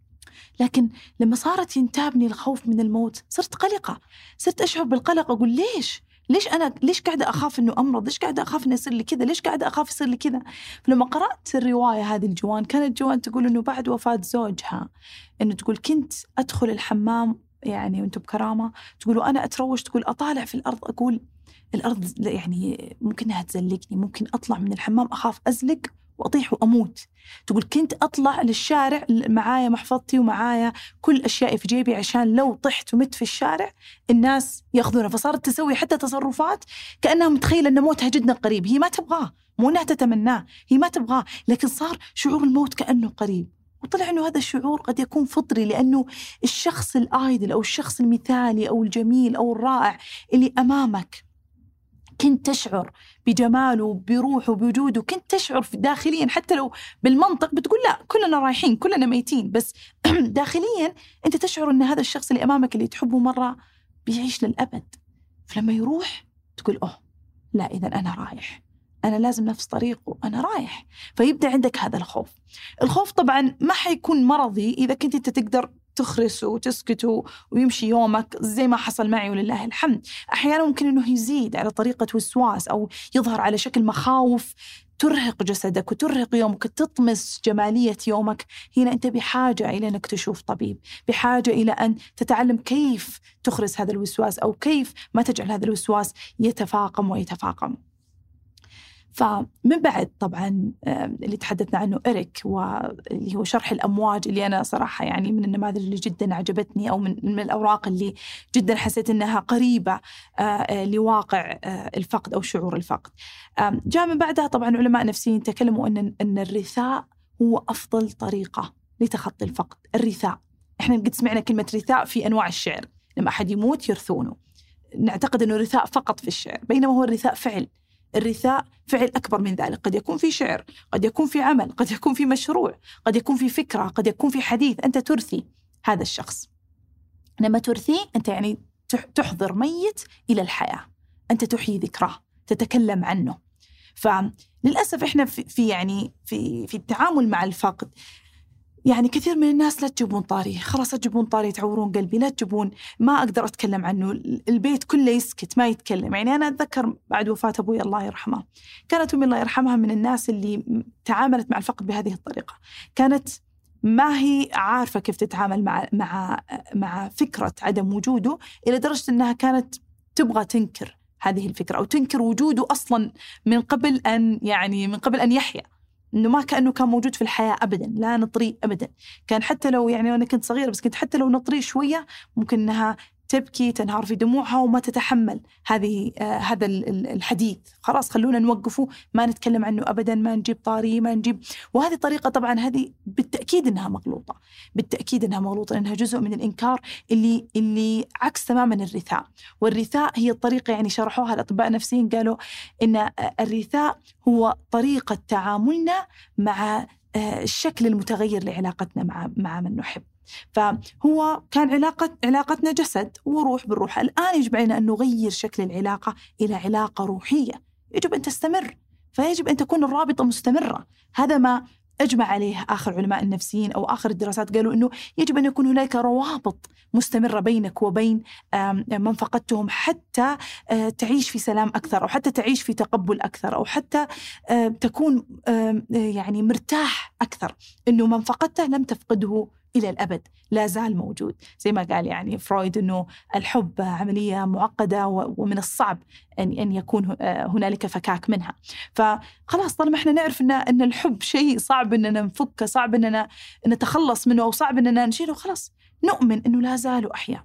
لكن لما صارت ينتابني الخوف من الموت صرت قلقة، صرت أشعر بالقلق، أقول ليش؟ ليش أنا ليش قاعدة أخاف إنه أمرض؟ ليش قاعدة أخاف إنه يصير لي كذا؟ ليش قاعدة أخاف يصير لي كذا؟ فلما قرأت الرواية هذه الجوان، كانت جوان تقول إنه بعد وفاة زوجها، إنه تقول كنت أدخل الحمام يعني وأنتم بكرامة، تقولوا أنا أتروش، تقول أطالع في الأرض، أقول الأرض يعني ممكن إنها تزلقني، ممكن أطلع من الحمام أخاف أزلق وأطيح وأموت. تقول كنت أطلع للشارع معايا محفظتي ومعايا كل أشيائي في جيبي، عشان لو طحت ومت في الشارع الناس يأخذونها. فصارت تسوي حتى تصرفات كأنها متخيلة أن موتها جدا قريب، هي ما تبغاه، مو أنها تتمناه، هي ما تبغاه، لكن صار شعور الموت كأنه قريب. وطلع أنه هذا الشعور قد يكون فطري، لأنه الشخص الآيدل أو الشخص المثالي أو الجميل أو الرائع اللي أمامك كنت تشعر بجماله، بروحه، بوجوده، كنت تشعر داخليا، حتى لو بالمنطق بتقول لا كلنا رايحين كلنا ميتين، بس داخليا أنت تشعر أن هذا الشخص اللي أمامك اللي تحبه مرة بيعيش للأبد. فلما يروح تقول أوه لا إذا أنا رايح، أنا لازم نفس طريقه، أنا رايح. فيبدأ عندك هذا الخوف. الخوف طبعا ما حيكون مرضي إذا كنت أنت تقدر تخرس وتسكت ويمشي يومك زي ما حصل معي ولله الحمد. أحيانا ممكن أنه يزيد على طريقة وسواس أو يظهر على شكل مخاوف ترهق جسدك وترهق يومك، تطمس جمالية يومك. هنا أنت بحاجة إلى أنك تشوف طبيب، بحاجة إلى أن تتعلم كيف تخرس هذا الوسواس أو كيف ما تجعل هذا الوسواس يتفاقم ويتفاقم. فمن بعد طبعا اللي تحدثنا عنه إريك واللي هو شرح الأمواج، اللي أنا صراحة يعني من النماذج اللي جدا عجبتني، أو من, من الأوراق اللي جدا حسيت أنها قريبة لواقع الفقد أو شعور الفقد. جاء من بعدها طبعا علماء نفسيين تكلموا أن, أن الرثاء هو أفضل طريقة لتخطي الفقد. الرثاء، إحنا قد سمعنا كلمة رثاء في أنواع الشعر، لما أحد يموت يرثونه، نعتقد أنه رثاء فقط في الشعر، بينما هو الرثاء فعل. الرثاء فعل أكبر من ذلك، قد يكون في شعر، قد يكون في عمل، قد يكون في مشروع، قد يكون في فكرة، قد يكون في حديث. أنت ترثي هذا الشخص. لما ترثيه أنت يعني تحضر ميت إلى الحياة، أنت تحيي ذكراه، تتكلم عنه. فللأسف إحنا في يعني في في التعامل مع الفقد يعني كثير من الناس لا تجيبون طاري، خلاص تجيبون طاري تعورون قلبي، لا تجيبون، ما أقدر أتكلم عنه، البيت كله يسكت ما يتكلم. يعني أنا أتذكر بعد وفاة أبوي الله يرحمه، كانت أمي الله يرحمها من الناس اللي تعاملت مع الفقد بهذه الطريقة. كانت ما هي عارفة كيف تتعامل مع مع مع فكرة عدم وجوده، إلى درجة أنها كانت تبغى تنكر هذه الفكرة أو تنكر وجوده أصلا من قبل أن يعني من قبل أن يحيا، إنه ما كأنه كان موجود في الحياة أبدا، لا نطريه أبدا. كان حتى لو يعني أنا كنت صغيرة بس كنت حتى لو نطريه شوية ممكن أنها تبكي تنهار في دموعها وما تتحمل هذه آه هذا الحديث. خلاص خلونا نوقفه، ما نتكلم عنه أبدا، ما نجيب طاري، ما نجيب. وهذه طريقة طبعا هذه بالتأكيد إنها مغلوطة، بالتأكيد إنها مغلوطة، إنها جزء من الإنكار اللي اللي عكس تماما الرثاء. والرثاء هي الطريقة يعني شرحوها الأطباء النفسيين، قالوا إن الرثاء هو طريقة تعاملنا مع آه الشكل المتغير لعلاقتنا مع مع من نحب. فهو كان علاقة علاقتنا جسد وروح بالروح، الآن يجب علينا أن نغير شكل العلاقة إلى علاقة روحية، يجب أن تستمر، فيجب أن تكون الرابطة مستمرة. هذا ما أجمع عليه آخر علماء النفسيين أو آخر الدراسات، قالوا أنه يجب أن يكون هناك روابط مستمرة بينك وبين من فقدتهم حتى تعيش في سلام أكثر، أو حتى تعيش في تقبل أكثر، أو حتى تكون يعني مرتاح أكثر، أنه من فقدته لم تفقده إلى الأبد، لا زال موجود. زي ما قال يعني فرويد أنه الحب عملية معقدة ومن الصعب أن أن يكون هنالك فكاك منها. فخلاص طالما إحنا نعرف أن أن الحب شيء صعب أننا نفكه، صعب أننا نتخلص منه، أو صعب أننا نشيله، خلاص نؤمن أنه لا زالوا أحياء،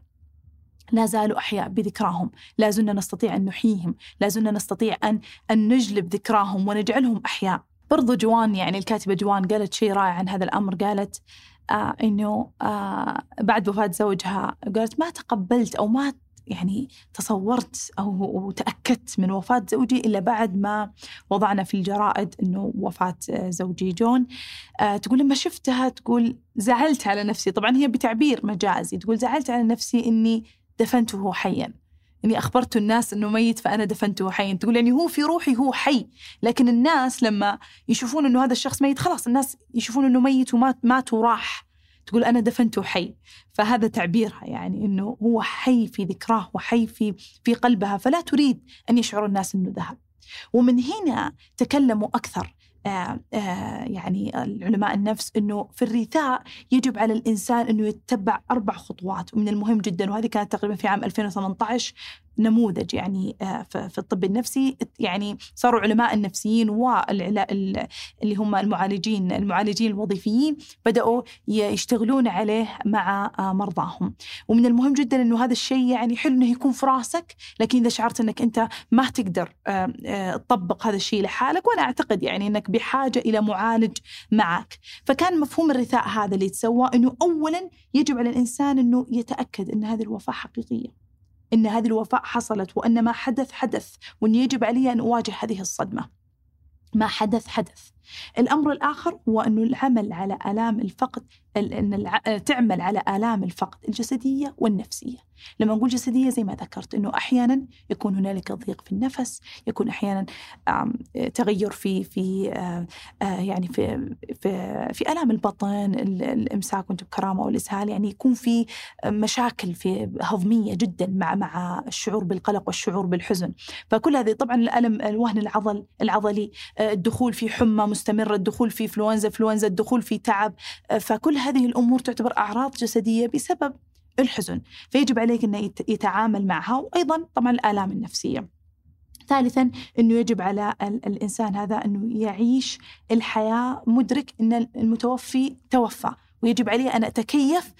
لا زالوا أحياء بذكراهم، لا زلنا نستطيع أن نحييهم، لا زلنا نستطيع أن أن نجلب ذكراهم ونجعلهم أحياء. برضو جوان يعني الكاتبة جوان قالت شيء رائع عن هذا الأمر، قالت آه إنه آه بعد وفاة زوجها قالت ما تقبلت أو ما يعني تصورت أو تأكدت من وفاة زوجي إلا بعد ما وضعنا في الجرائد إنه وفاة زوجي جون. آه تقول لما شفتها تقول زعلت على نفسي، طبعا هي بتعبير مجازي، تقول زعلت على نفسي إني دفنته حيا، إني أخبرت الناس إنه ميت فأنا دفنته حيا. تقول يعني هو في روحي هو حي، لكن الناس لما يشوفون إنه هذا الشخص ميت خلاص الناس يشوفون إنه ميت ومات مات وراح، تقول أنا دفنته حي. فهذا تعبيرها يعني إنه هو حي في ذكراه وحي في في قلبها، فلا تريد أن يشعر الناس إنه ذهب. ومن هنا تكلموا أكثر آه آه يعني العلماء النفس إنه في الرثاء يجب على الإنسان إنه يتبع أربع خطوات، ومن المهم جدا، وهذه كانت تقريبا في عام ألفين وثمانية عشر نموذج يعني آه في الطب النفسي. يعني صاروا علماء النفسيين واللي هم المعالجين المعالجين الوظيفيين بدأوا يشتغلون عليه مع آه مرضاهم. ومن المهم جدا إنه هذا الشيء يعني حلو إنه يكون في راسك، لكن إذا شعرت إنك أنت ما تقدر آه آه تطبق هذا الشيء لحالك، وأنا أعتقد يعني إنك بحاجة إلى معالج معك. فكان مفهوم الرثاء هذا اللي يتسوى إنه أولا يجب على الإنسان إنه يتأكد أن هذه الوفاة حقيقية، إن هذه الوفاة حصلت، وأن ما حدث حدث، وأن يجب علي أن أواجه هذه الصدمة. ما حدث حدث، الأمر الآخر هو أنه العمل على آلام الفقد، أن الع... تعمل على آلام الفقد الجسدية والنفسية. لما نقول جسدية زي ما ذكرت أنه أحيانا يكون هنالك ضيق في النفس، يكون أحيانا تغير في في يعني في في, في آلام البطن، الإمساك وانت بكرامة والإسهال، يعني يكون في مشاكل في هضمية جدا مع مع الشعور بالقلق والشعور بالحزن. فكل هذه طبعا الألم، الوهن العضل العضلي، الدخول في حمى مستمرة، الدخول في فلوانزا فلوانزا الدخول في تعب، فكل هذه الأمور تعتبر أعراض جسدية بسبب الحزن، فيجب عليك أنه يتعامل معها. وأيضا طبعا الآلام النفسية. ثالثا أنه يجب على الإنسان هذا أنه يعيش الحياة مدرك أن المتوفي توفى، ويجب عليه أن أتكيف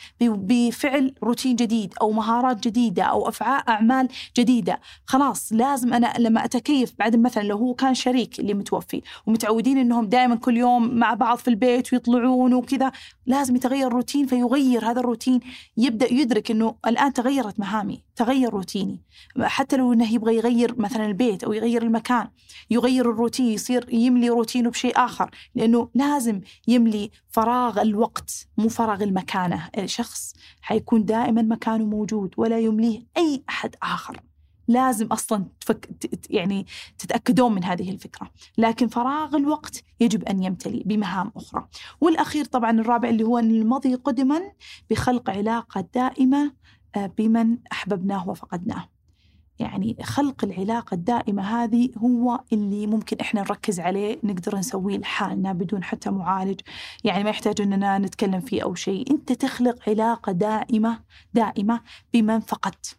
بفعل روتين جديد أو مهارات جديدة أو أفعال أعمال جديدة. خلاص لازم أنا لما أتكيف بعد، مثلا لو هو كان شريك اللي متوفي ومتعودين أنهم دائما كل يوم مع بعض في البيت ويطلعون وكذا، لازم يتغير الروتين، فيغير هذا الروتين، يبدأ يدرك أنه الآن تغيرت مهامي، تغير روتيني. حتى لو أنه يبغى يغير مثلا البيت أو يغير المكان، يغير الروتين، يصير يملي روتينه بشيء آخر، لأنه لازم يملي فراغ الوقت مو فراغ المكانة. الشخص حيكون دائما مكانه موجود ولا يمليه أي أحد آخر. لازم أصلا تفك يعني تتأكدون من هذه الفكرة. لكن فراغ الوقت يجب أن يمتلي بمهام أخرى. والأخير طبعا الرابع اللي هو أن المضي قدما بخلق علاقة دائمة بمن أحببناه وفقدناه. يعني خلق العلاقة الدائمة هذه هو اللي ممكن إحنا نركز عليه، نقدر نسويه لحالنا بدون حتى معالج، يعني ما يحتاج أننا نتكلم فيه أو شيء. أنت تخلق علاقة دائمة دائمة بمن فقدت.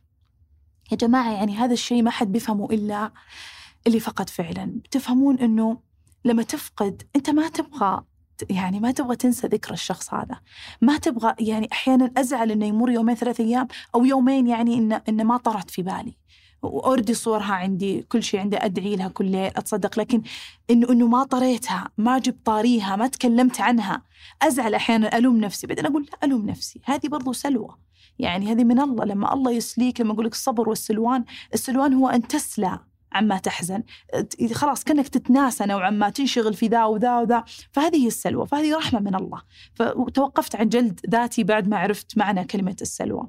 يا جماعة يعني هذا الشيء ما حد بيفهمه إلا اللي فقد فعلا. بتفهمون أنه لما تفقد أنت ما تبغى يعني ما تبغى تنسى ذكر الشخص هذا، ما تبغى يعني أحيانا أزعل إنه يمر يومين ثلاثة أيام أو يومين يعني إن إن ما طرت في بالي، وأردي صورها عندي، كل شيء عندي، أدعي لها كل ليل، أتصدق، لكن إنه إنه ما طريتها، ما جبت طاريها، ما تكلمت عنها، أزعل أحيانا، ألوم نفسي. بعدين أقول لا ألوم نفسي، هذه برضو سلوى، يعني هذه من الله. لما الله يسليك، لما أقول لك الصبر والسلوان، السلوان هو أن تسلى عما تحزن، خلاص كأنك تتناسى نوعا ما، تنشغل في ذا وذا وذا، فهذه السلوى، فهذه رحمة من الله. فتوقفت عن جلد ذاتي بعد ما عرفت معنى كلمة السلوى.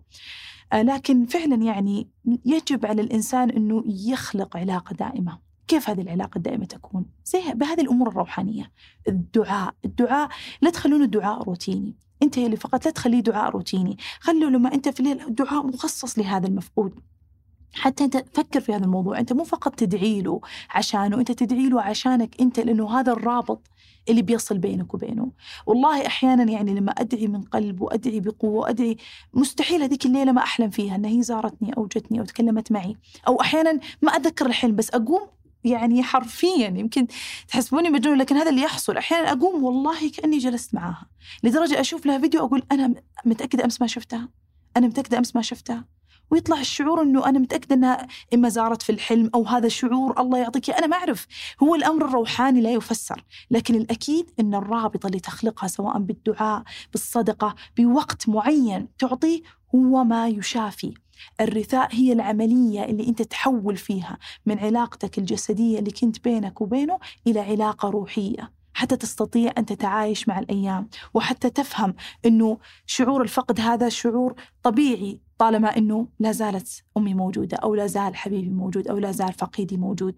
لكن فعلا يعني يجب على الإنسان أنه يخلق علاقة دائمة. كيف هذه العلاقة الدائمة تكون؟ زي بهذه الأمور الروحانية. الدعاء الدعاء لا تخلون الدعاء روتيني. أنت اللي فقط لا تخليه دعاء روتيني، خلوا لما أنت في الليل دعاء مخصص لهذا المفقود. حتى أنت تفكر في هذا الموضوع، أنت مو فقط تدعي له عشانه، أنت تدعي له عشانك أنت، لأنه هذا الرابط اللي بيصل بينك وبينه. والله أحيانا يعني لما أدعي من قلب وأدعي بقوة وأدعي، مستحيل هذيك الليلة ما أحلم فيها أنها هي زارتني أو جتني أو تكلمت معي، أو أحيانا ما أذكر الحلم بس أقوم يعني حرفيا، يمكن تحسبوني مجنون لكن هذا اللي يحصل. أحيانا أقوم والله كأني جلست معها، لدرجة أشوف لها فيديو أقول أنا متأكدة أمس ما شفتها، أنا متأكدة أمس ما شفتها، ويطلع الشعور أنه أنا متأكدة أنها إما زارت في الحلم أو هذا الشعور الله يعطيك، أنا ما أعرف. هو الأمر الروحاني لا يفسر، لكن الأكيد أن الرابطة اللي تخلقها سواء بالدعاء، بالصدقة، بوقت معين تعطيه، هو ما يشافي. الرثاء هي العملية اللي أنت تحول فيها من علاقتك الجسدية اللي كنت بينك وبينه إلى علاقة روحية، حتى تستطيع أن تتعايش مع الأيام، وحتى تفهم أنه شعور الفقد هذا شعور طبيعي طالما أنه لا زالت أمي موجودة، أو لا زال حبيبي موجود، أو لا زال فقيدي موجود.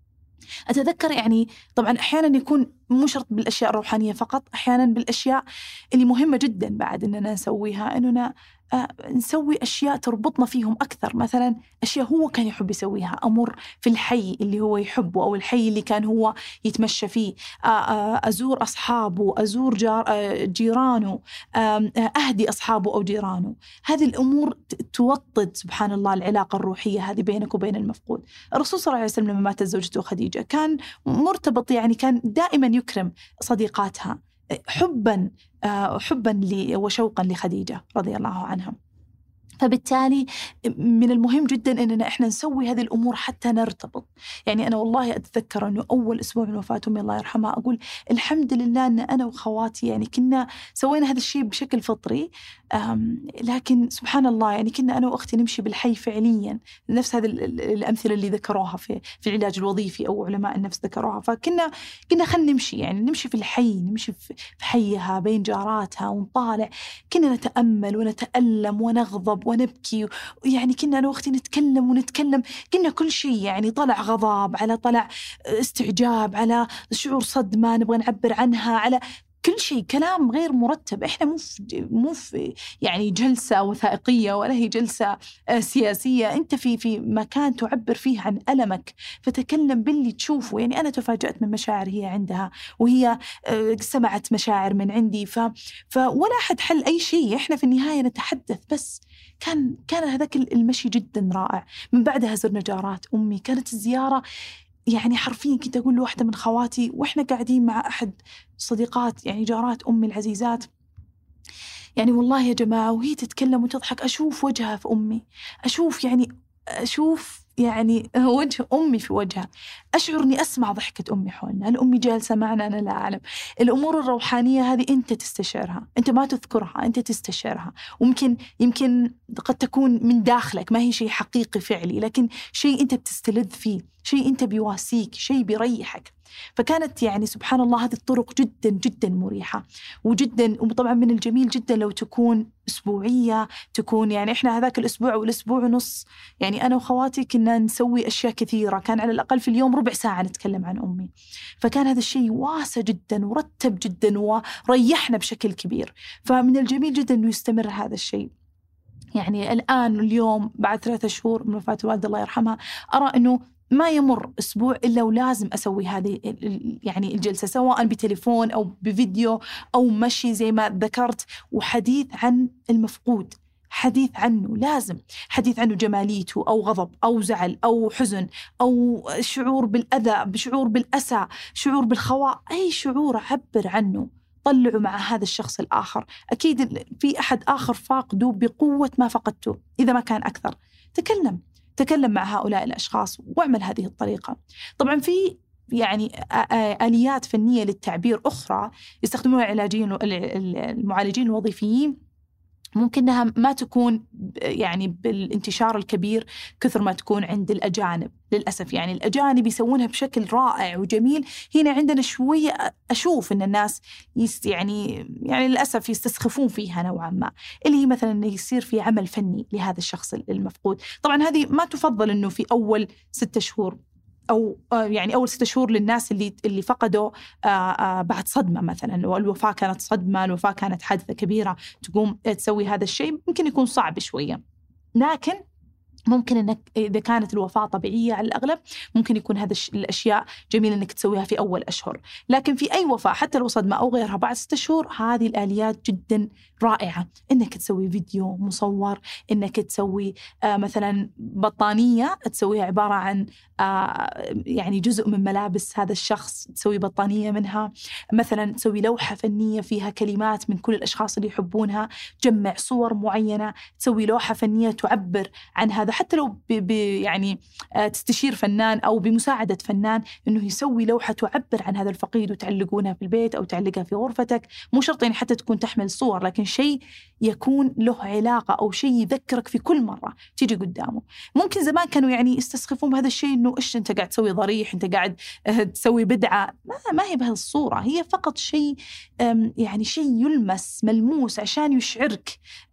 أتذكر يعني طبعا أحيانا يكون مو شرط بالأشياء الروحانية فقط، أحيانا بالأشياء اللي مهمة جدا بعد أننا نسويها، أننا آه نسوي أشياء تربطنا فيهم أكثر. مثلا أشياء هو كان يحب يسويها، أمر في الحي اللي هو يحبه أو الحي اللي كان هو يتمشى فيه، آه آه أزور أصحابه، أزور جار آه جيرانه، آه أهدي أصحابه أو جيرانه. هذه الأمور توطد سبحان الله العلاقة الروحية هذه بينك وبين المفقود. الرسول صلى الله عليه وسلم لما ماتت زوجته خديجة كان مرتبط، يعني كان دائما يكرم صديقاتها حبا حبا لي وشوقا لخديجة رضي الله عنها. فبالتالي من المهم جدا أننا إحنا نسوي هذه الأمور حتى نرتبط. يعني أنا والله أتذكر أنه أول أسبوع من وفاة أمي الله يرحمها أقول الحمد لله أن أنا وخواتي يعني كنا سوينا هذا الشيء بشكل فطري، لكن سبحان الله يعني كنا أنا وأختي نمشي بالحي فعليا، نفس هذه الأمثلة اللي ذكروها في في العلاج الوظيفي أو علماء النفس ذكروها. فكنا كنا خلينا نمشي يعني نمشي في الحي، نمشي في حيها بين جاراتها ونطالع، كنا نتأمل ونتألم ونغضب ونبكي، يعني كنا أنا وأختي نتكلم ونتكلم، كنا كل شيء يعني طلع غضب على طلع استعجاب على شعور صدمة نبغى نعبر عنها على كل شيء، كلام غير مرتب. إحنا مو مو يعني جلسة وثائقية ولا هي جلسة سياسية، أنت في في مكان تعبر فيه عن ألمك، فتكلم باللي تشوفه. يعني أنا تفاجأت من مشاعر هي عندها وهي سمعت مشاعر من عندي، ف فولا أحد حل أي شيء، إحنا في النهاية نتحدث بس. كان كان هذاك المشي جدا رائع. من بعدها زرنا جارات أمي، كانت الزيارة يعني حرفيا كنت أقول لواحدة من خواتي وإحنا قاعدين مع أحد صديقات يعني جارات أمي العزيزات، يعني والله يا جماعة وهي تتكلم وتضحك أشوف وجهها في أمي، أشوف يعني أشوف يعني وجه أمي في وجهها، أشعر أني أسمع ضحكة أمي حولنا. هل أمي جالسة معنا؟ أنا لا أعلم. الأمور الروحانية هذه أنت تستشعرها، أنت ما تذكرها، أنت تستشعرها، وممكن يمكن قد تكون من داخلك، ما هي شيء حقيقي فعلي، لكن شيء أنت بتستلذ فيه، شيء أنت بيواسيك، شيء بيريحك. فكانت يعني سبحان الله هذه الطرق جدا جدا مريحة وجدا. وطبعا من الجميل جدا لو تكون أسبوعية، تكون يعني إحنا هذاك الأسبوع والأسبوع ونص يعني أنا وخواتي كنا نسوي أشياء كثيرة، كان على الأقل في اليوم ربع ساعة نتكلم عن أمي. فكان هذا الشيء واسع جدا ورتب جدا وريحنا بشكل كبير. فمن الجميل جدا أنه يستمر هذا الشيء. يعني الآن اليوم بعد ثلاثة شهور من وفاة الوالدة الله يرحمها أرى أنه ما يمر أسبوع إلا ولازم أسوي هذه يعني الجلسة، سواء بتليفون أو بفيديو أو مشي زي ما ذكرت، وحديث عن المفقود، حديث عنه، لازم حديث عنه، جماليته أو غضب أو زعل أو حزن أو شعور بالأذى، بشعور بالأسى، شعور بالخواء، أي شعور عبر عنه، طلعوا مع هذا الشخص الآخر. أكيد في أحد آخر فاقده بقوة ما فقدته إذا ما كان أكثر. تكلم تكلم مع هؤلاء الأشخاص واعمل هذه الطريقة. طبعا في يعني آليات فنية للتعبير أخرى يستخدمونها العلاجيين المعالجين الوظيفيين، ممكنها ما تكون يعني بالانتشار الكبير كثر ما تكون عند الأجانب للأسف. يعني الأجانب يسوونها بشكل رائع وجميل، هنا عندنا شوية أشوف أن الناس يست يعني يعني للأسف يستسخفون فيها نوعا ما، اللي هي مثلا أنه يصير في عمل فني لهذا الشخص المفقود. طبعا هذه ما تفضل أنه في أول ستة شهور أو يعني أول ستة شهور للناس اللي اللي فقدوا بعد صدمة مثلا، والوفاة كانت صدمة، الوفاة كانت حادثة كبيرة، تقوم تسوي هذا الشيء ممكن يكون صعب شوية. لكن ممكن أنك إذا كانت الوفاة طبيعية على الأغلب ممكن يكون هذا الأشياء جميلة أنك تسويها في أول أشهر. لكن في أي وفاة حتى لو صدمة أو غيرها بعد ستة شهور، هذه الآليات جدا رائعة، أنك تسوي فيديو مصور، أنك تسوي آه مثلا بطانية تسويها عبارة عن آه يعني جزء من ملابس هذا الشخص، تسوي بطانية منها، مثلا تسوي لوحة فنية فيها كلمات من كل الأشخاص اللي يحبونها، جمع صور معينة، تسوي لوحة فنية تعبر عن هذا، حتى لو ب ب يعني آه تستشير فنان أو بمساعدة فنان أنه يسوي لوحة تعبر عن هذا الفقيد وتعلقونها في البيت أو تعلقها في غرفتك. مو شرط يعني حتى تكون تحمل صور، لكن شيء يكون له علاقة أو شيء يذكرك في كل مرة تيجي قدامه. ممكن زمان كانوا يعني يستسخفون بهذا الشيء، إنه إيش أنت قاعد تسوي ضريح، أنت قاعد تسوي بدعة، ما, ما هي بهذه الصورة، هي فقط شيء يعني شيء يلمس ملموس عشان يشعرك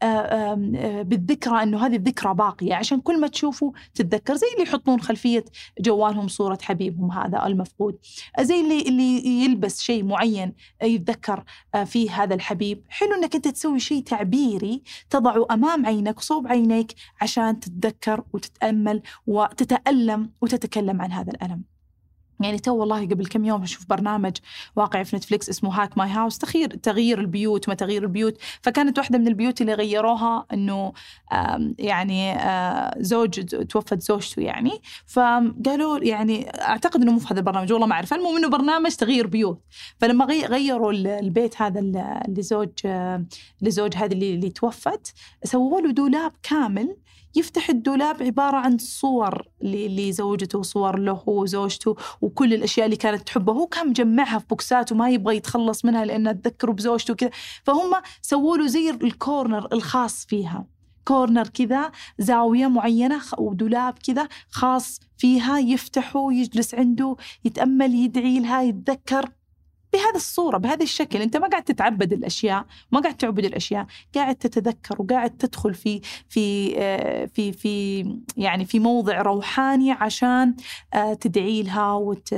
بالذكرى، إنه هذه الذكرى باقية، عشان كل ما تشوفه تتذكر. زي اللي يحطون خلفية جوالهم صورة حبيبهم هذا المفقود، زي اللي اللي يلبس شيء معين يتذكر فيه هذا الحبيب. حلو إنك أنت تسوي شيء تعبيري تضعه أمام عينك وصوب عينيك عشان تتذكر وتتأمل وتتألم وتتكلم عن هذا الألم. يعني تو والله قبل كم يوم أشوف برنامج واقعي في نتفليكس اسمه هاك ماي هاوس، تغيير تغيير البيوت، ما تغيير البيوت. فكانت واحدة من البيوت اللي غيروها إنه يعني زوج توفت زوجته يعني، فقالوا يعني أعتقد إنه مو في هذا البرنامج والله ما أعرف، المهم إنه برنامج تغيير بيوت. فلما غيروا البيت هذا لزوج لزوج هذا اللي, اللي توفت، سووا له دولاب كامل، يفتح الدولاب عبارة عن صور لزوجته وصور له وزوجته وكل الأشياء اللي كانت تحبه. هو كان مجمعها في بوكسات وما يبغى يتخلص منها لأنه تذكره بزوجته كذا. فهم سووا له زي الكورنر الخاص فيها، كورنر كذا زاوية معينة ودولاب كذا خاص فيها، يفتحه يجلس عنده يتأمل يدعي لها يتذكر بهذا الصورة بهذا الشكل. أنت ما قاعد تتعبد الأشياء، ما قاعد تعبد الأشياء، قاعد تتذكر وقاعد تدخل في في في في يعني في موضع روحاني عشان تدعي لها وت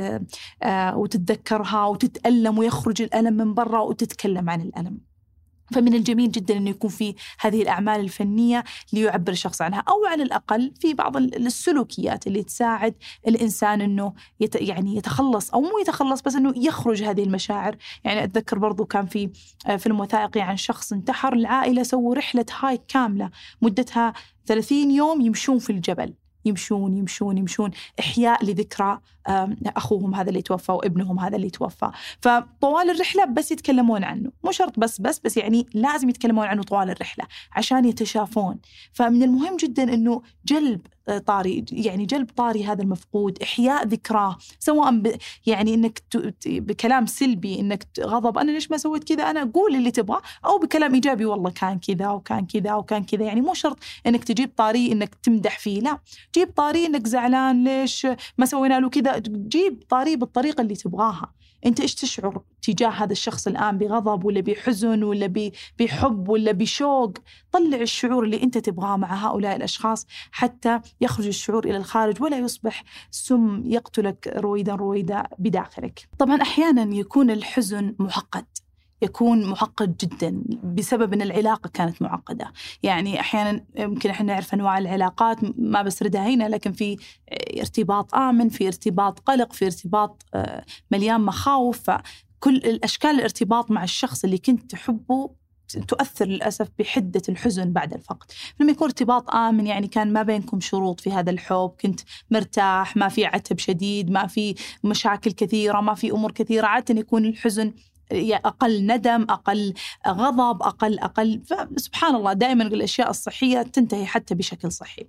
وتتذكرها وتتألم ويخرج الألم من برا وتتكلم عن الألم. فمن الجميل جدا أنه يكون في هذه الأعمال الفنية ليعبر الشخص عنها، أو على الأقل في بعض السلوكيات اللي تساعد الإنسان أنه يت يعني يتخلص أو مو يتخلص بس أنه يخرج هذه المشاعر. يعني أتذكر برضو كان في فيلم وثائقي عن شخص انتحر، العائلة سووا رحلة هايك كاملة مدتها ثلاثين يوم يمشون في الجبل، يمشون يمشون يمشون إحياء لذكرى أخوهم هذا اللي توفى وابنهم هذا اللي توفى. فطوال الرحلة بس يتكلمون عنه، مو شرط بس بس بس يعني لازم يتكلمون عنه طوال الرحلة عشان يتشافون. فمن المهم جدا أنه جلب طاري يعني جلب طاري هذا المفقود، إحياء ذكراه، سواء ب يعني إنك بكلام سلبي إنك غضب أنا ليش ما سويت كذا، أنا أقول اللي تبغى، أو بكلام إيجابي والله كان كذا وكان كذا وكان كذا. يعني مو شرط إنك تجيب طاري إنك تمدح فيه، لا، جيب طاري إنك زعلان ليش ما سوينا له كذا، جيب طاري بالطريقة اللي تبغاها. أنت إيش تشعر تجاه هذا الشخص الآن، بغضب ولا بحزن ولا بحب ولا بشوق؟ طلع الشعور اللي أنت تبغاه مع هؤلاء الأشخاص حتى يخرج الشعور إلى الخارج ولا يصبح سم يقتلك رويدا رويدا بداخلك. طبعا أحيانا يكون الحزن معقد، يكون معقد جدا بسبب أن العلاقة كانت معقدة. يعني أحيانا يمكن إحنا نعرف أنواع العلاقات ما بسردها هنا، لكن في ارتباط آمن، في ارتباط قلق، في ارتباط مليان مخاوف. فكل الأشكال الارتباط مع الشخص اللي كنت تحبه تؤثر للأسف بحدة الحزن بعد الفقد. لما يكون ارتباط آمن يعني كان ما بينكم شروط في هذا الحب، كنت مرتاح، ما في عتب شديد، ما في مشاكل كثيرة، ما في أمور كثيرة، عادة يكون الحزن أقل ندم، أقل غضب، أقل أقل فسبحان الله دائما الأشياء الصحية تنتهي حتى بشكل صحي.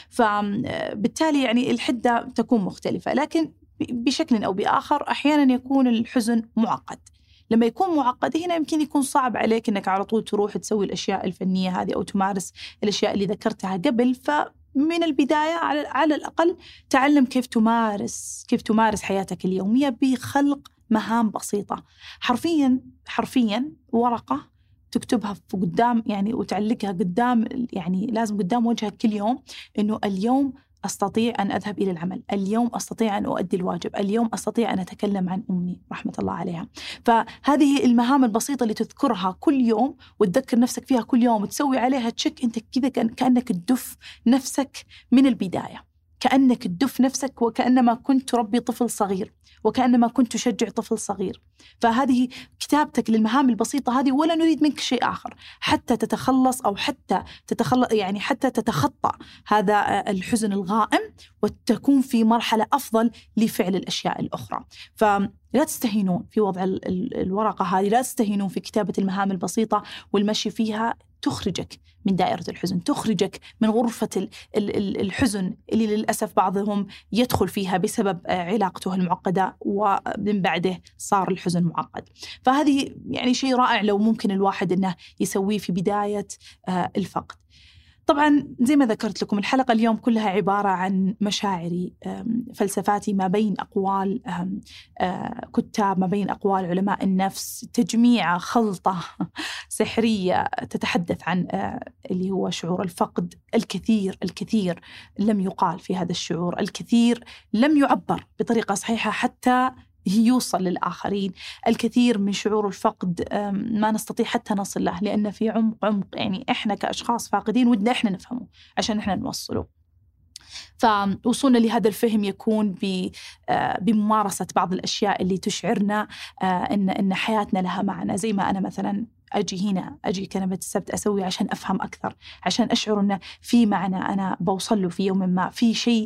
فبالتالي يعني الحدة تكون مختلفة، لكن بشكل أو بآخر أحيانا يكون الحزن معقد. لما يكون معقد هنا يمكن يكون صعب عليك أنك على طول تروح تسوي الأشياء الفنية هذه أو تمارس الأشياء اللي ذكرتها قبل. فمن البداية على, على الأقل تعلم كيف تمارس كيف تمارس حياتك اليومية بخلق مهام بسيطة، حرفيا حرفيا ورقة تكتبها في قدام يعني وتعلقها قدام يعني لازم قدام وجهك كل يوم، إنه اليوم أستطيع أن أذهب إلى العمل، اليوم أستطيع أن أؤدي الواجب، اليوم أستطيع أن أتكلم عن أمي رحمة الله عليها. فهذه المهام البسيطة اللي تذكرها كل يوم وتذكر نفسك فيها كل يوم وتسوي عليها تشيك، أنت كذا كأنك تدف نفسك من البداية، كأنك تدف نفسك وكأنما كنت تربي طفل صغير، وكأنما كنت تشجع طفل صغير. فهذه كتابتك للمهام البسيطة هذه، ولا نريد منك شيء آخر حتى تتخلص أو حتى تتخلص يعني حتى تتخطى هذا الحزن الغائم وتكون في مرحلة أفضل لفعل الأشياء الأخرى. فلا تستهينون في وضع الورقة هذه، لا تستهينون في كتابة المهام البسيطة والمشي فيها، تخرجك من دائرة الحزن، تخرجك من غرفة الحزن اللي للأسف بعضهم يدخل فيها بسبب علاقته المعقدة ومن بعده صار الحزن معقد. فهذه يعني شيء رائع لو ممكن الواحد أنه يسويه في بداية الفقد. طبعا زي ما ذكرت لكم الحلقة اليوم كلها عبارة عن مشاعري، فلسفاتي ما بين أقوال كتاب، ما بين أقوال علماء النفس، تجميع خلطة سحرية تتحدث عن اللي هو شعور الفقد. الكثير الكثير لم يقال في هذا الشعور، الكثير لم يعبر بطريقة صحيحة حتى يوصل للآخرين. الكثير من شعور الفقد ما نستطيع حتى نصل له، لأن في عمق عمق يعني إحنا كأشخاص فاقدين ودنا إحنا نفهمه عشان إحنا نوصله. فوصولنا لهذا الفهم يكون بممارسة بعض الأشياء اللي تشعرنا إن إن حياتنا لها معنى. زي ما أنا مثلاً أجي هنا أجي كنبة السبت أسوي عشان أفهم أكثر، عشان أشعر أنه في معنى أنا بوصل له في يوم ما، في شيء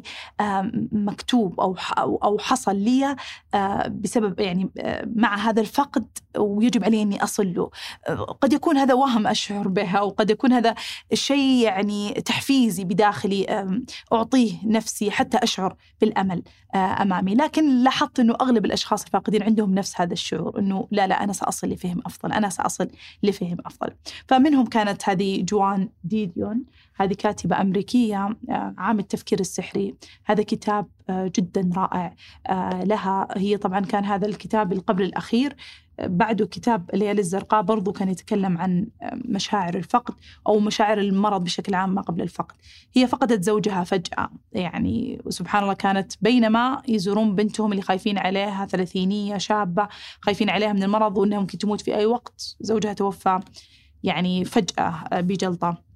مكتوب أو أو حصل لي بسبب يعني مع هذا الفقد ويجب علي أني أصل له. قد يكون هذا وهم أشعر به، أو قد يكون هذا الشيء يعني تحفيزي بداخلي أعطيه نفسي حتى أشعر بالأمل أمامي. لكن لاحظت أنه أغلب الأشخاص الفاقدين عندهم نفس هذا الشعور، أنه لا لا أنا سأصل لفهم أفضل، أنا سأصل لفهم أفضل. فمنهم كانت هذه جوان ديديون، هذه كاتبة أمريكية، عام التفكير السحري. هذا كتاب جدا رائع لها. هي طبعا كان هذا الكتاب القبل الأخير، بعده كتاب الليالي الزرقاء برضو كان يتكلم عن مشاعر الفقد أو مشاعر المرض بشكل عام ما قبل الفقد. هي فقدت زوجها فجأة يعني، وسبحان الله كانت بينما يزورون بنتهم اللي خايفين عليها، ثلاثينية شابة خايفين عليها من المرض وأنها ممكن تموت في أي وقت، زوجها توفى يعني فجأة بجلطة.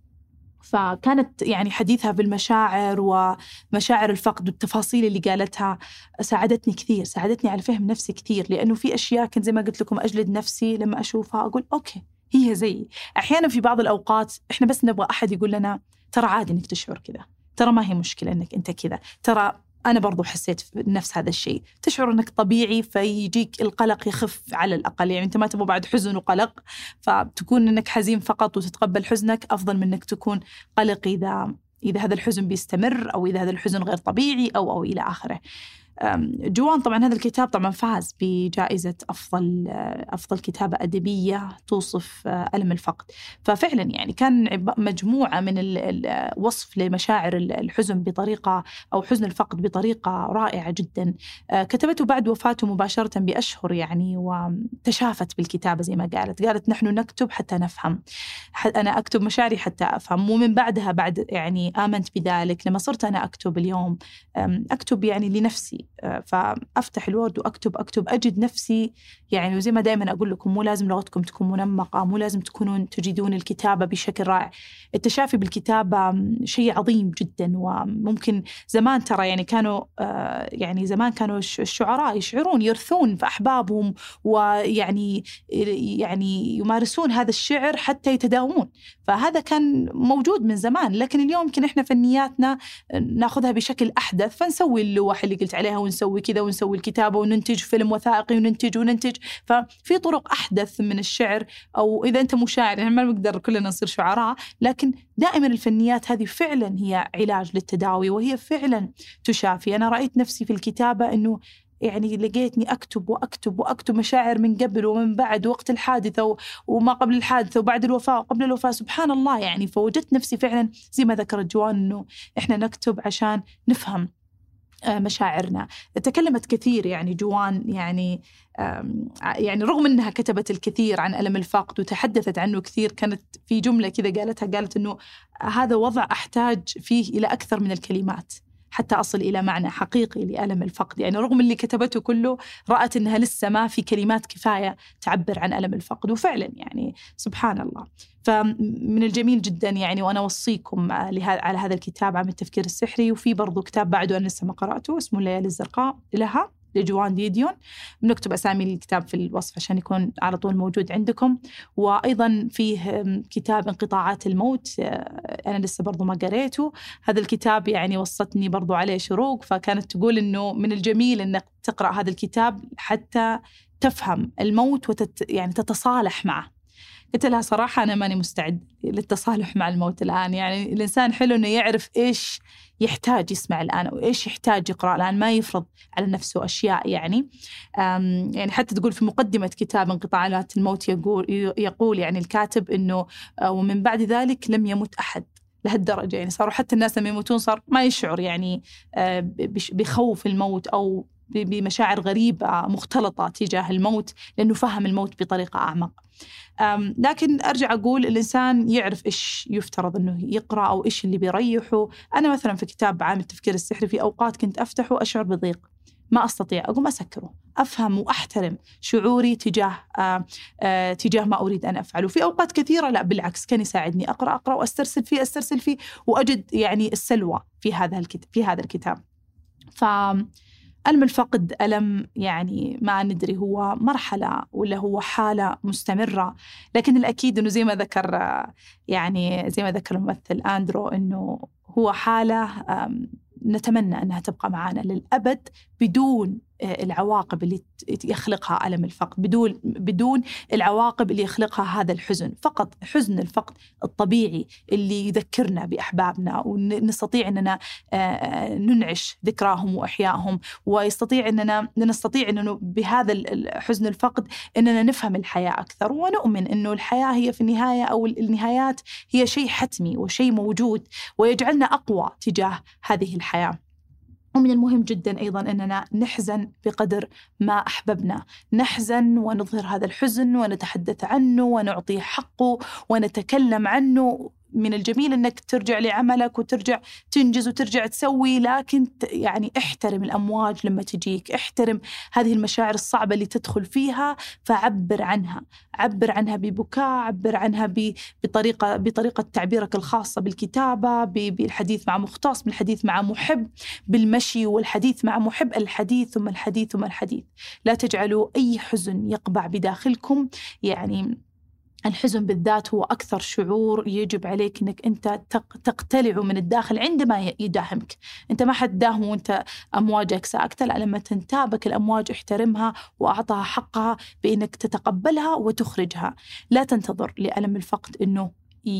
فكانت يعني حديثها بالمشاعر ومشاعر الفقد والتفاصيل اللي قالتها ساعدتني كثير، ساعدتني على فهم نفسي كثير، لأنه في أشياء كنت زي ما قلت لكم أجلد نفسي لما أشوفها أقول أوكي هي زي. أحيانا في بعض الأوقات إحنا بس نبغى أحد يقول لنا ترى عادي إنك تشعر كذا، ترى ما هي مشكلة إنك أنت كذا، ترى أنا برضو حسيت نفس هذا الشيء، تشعر أنك طبيعي فيجيك القلق يخف على الأقل. يعني أنت ما تبغى بعد حزن وقلق، فتكون أنك حزين فقط وتتقبل حزنك أفضل من أنك تكون قلق إذا إذا هذا الحزن بيستمر أو إذا هذا الحزن غير طبيعي أو أو إلى آخره. جوان طبعا هذا الكتاب طبعا فاز بجائزة أفضل أفضل كتابة أدبية توصف ألم الفقد. ففعلا يعني كان مجموعة من الوصف لمشاعر الحزن بطريقة أو حزن الفقد بطريقة رائعة جدا. كتبته بعد وفاته مباشرة بأشهر يعني، وتشافت بالكتابة زي ما قالت قالت نحن نكتب حتى نفهم، أنا أكتب مشاعري حتى أفهم. ومن بعدها بعد يعني آمنت بذلك، لما صرت أنا أكتب اليوم أكتب يعني لنفسي، فأفتح الوورد وأكتب أكتب أجد نفسي يعني. وزي ما دائما أقول لكم مو لازم لغتكم تكون منمقة، مو لازم تكونون تجدون الكتابة بشكل رائع. التشافي بالكتابة شيء عظيم جدا. وممكن زمان ترى يعني كانوا يعني زمان كانوا الشعراء يشعرون يرثون في أحبابهم، ويعني يعني يمارسون هذا الشعر حتى يتداومون، فهذا كان موجود من زمان. لكن اليوم يمكن إحنا فنياتنا ناخذها بشكل أحدث، فنسوي اللوح اللي قلت عليها ونسوي كذا ونسوي الكتابة وننتج فيلم وثائقي وننتج وننتج ففي طرق أحدث من الشعر. أو إذا أنت مشاعر يعني ما نقدر كلنا نصير شعراء، لكن دائما الفنيات هذه فعلا هي علاج للتداوي وهي فعلا تشافي. أنا رأيت نفسي في الكتابة أنه يعني لقيتني أكتب وأكتب وأكتب مشاعر من قبل ومن بعد، وقت الحادثة وما قبل الحادثة وبعد الوفاة وقبل الوفاة، سبحان الله يعني. فوجدت نفسي فعلا زي ما ذكرت جوان أنه إحنا نكتب عشان نفهم مشاعرنا. تكلمت كثير يعني جوان يعني يعني رغم أنها كتبت الكثير عن ألم الفقد وتحدثت عنه كثير، كانت في جملة كذا قالتها، قالت أنه هذا وضع أحتاج فيه إلى أكثر من الكلمات حتى أصل إلى معنى حقيقي لألم الفقد. يعني رغم اللي كتبته كله رأت أنها لسه ما في كلمات كفاية تعبر عن ألم الفقد. وفعلا يعني سبحان الله. فمن الجميل جدا يعني، وأنا أوصيكم على هذا الكتاب عام التفكير السحري. وفي برضو كتاب بعده أنا لسه ما قرأته اسمه الليالي الزرقاء لها لجوان ديديون، بنكتب أسامي الكتاب في الوصف عشان يكون على طول موجود عندكم. وأيضا فيه كتاب انقطاعات الموت، أنا لسه برضو ما قريته. هذا الكتاب يعني وصتني برضو عليه شروق، فكانت تقول إنه من الجميل إنك تقرأ هذا الكتاب حتى تفهم الموت وتت يعني تتصالح معه. قلت لها صراحة أنا ماني مستعد للتصالح مع الموت الآن. يعني الإنسان حلو إنه يعرف إيش يحتاج يسمع الآن وإيش يحتاج يقرأ الآن، ما يفرض على نفسه أشياء يعني. يعني حتى تقول في مقدمة كتاب انقطاعات الموت يقول, يقول يعني الكاتب إنه ومن بعد ذلك لم يمت أحد لهالدرجة. يعني صاروا حتى الناس لما يموتون صار ما يشعر يعني بخوف الموت أو بمشاعر غريبة مختلطة تجاه الموت، لأنه فهم الموت بطريقة أعمق. لكن أرجع أقول الإنسان يعرف إيش يفترض أنه يقرأ أو إيش اللي بيريحه. أنا مثلا في كتاب عام التفكير السحري في أوقات كنت أفتحه أشعر بضيق، ما أستطيع، أقوم أسكره، أفهم وأحترم شعوري تجاه آه آه تجاه ما أريد أن أفعله. في أوقات كثيرة لا بالعكس كان يساعدني، أقرأ أقرأ وأسترسل فيه أسترسل فيه وأجد يعني السلوى في هذا الكتاب في هذا الكتاب. فألم الفقد ألم يعني ما ندري هو مرحلة ولا هو حالة مستمرة، لكن الأكيد أنه زي ما ذكر يعني زي ما ذكر الممثل أندرو أنه هو حالة نتمنى أنها تبقى معنا للأبد بدون العواقب اللي يخلقها ألم الفقد، بدون بدون العواقب اللي يخلقها هذا الحزن. فقط حزن الفقد الطبيعي اللي يذكرنا بأحبابنا ونستطيع أننا ننعش ذكراهم وإحيائهم، ويستطيع أننا نستطيع أنه بهذا الحزن الفقد أننا نفهم الحياة أكثر، ونؤمن أنه الحياة هي في النهاية أو النهايات هي شيء حتمي وشيء موجود ويجعلنا أقوى تجاه هذه الحياة. ومن المهم جدا أيضا أننا نحزن بقدر ما أحببنا، نحزن ونظهر هذا الحزن ونتحدث عنه ونعطيه حقه ونتكلم عنه. من الجميل أنك ترجع لعملك وترجع تنجز وترجع تسوي، لكن يعني احترم الأمواج لما تجيك، احترم هذه المشاعر الصعبة اللي تدخل فيها، فعبر عنها، عبر عنها ببكاء، عبر عنها بطريقة بطريقة تعبيرك الخاصة بالكتابة، بالحديث مع مختص، بالحديث مع محب، بالمشي والحديث مع محب، الحديث ثم الحديث ثم الحديث. لا تجعلوا أي حزن يقبع بداخلكم. يعني الحزن بالذات هو أكثر شعور يجب عليك أنك أنت تقتلعه من الداخل عندما يداهمك. أنت ما حد داهم وأنت أمواجك ساكتة، لا، لما تنتابك الأمواج احترمها وأعطها حقها بأنك تتقبلها وتخرجها. لا تنتظر لألم الفقد أنه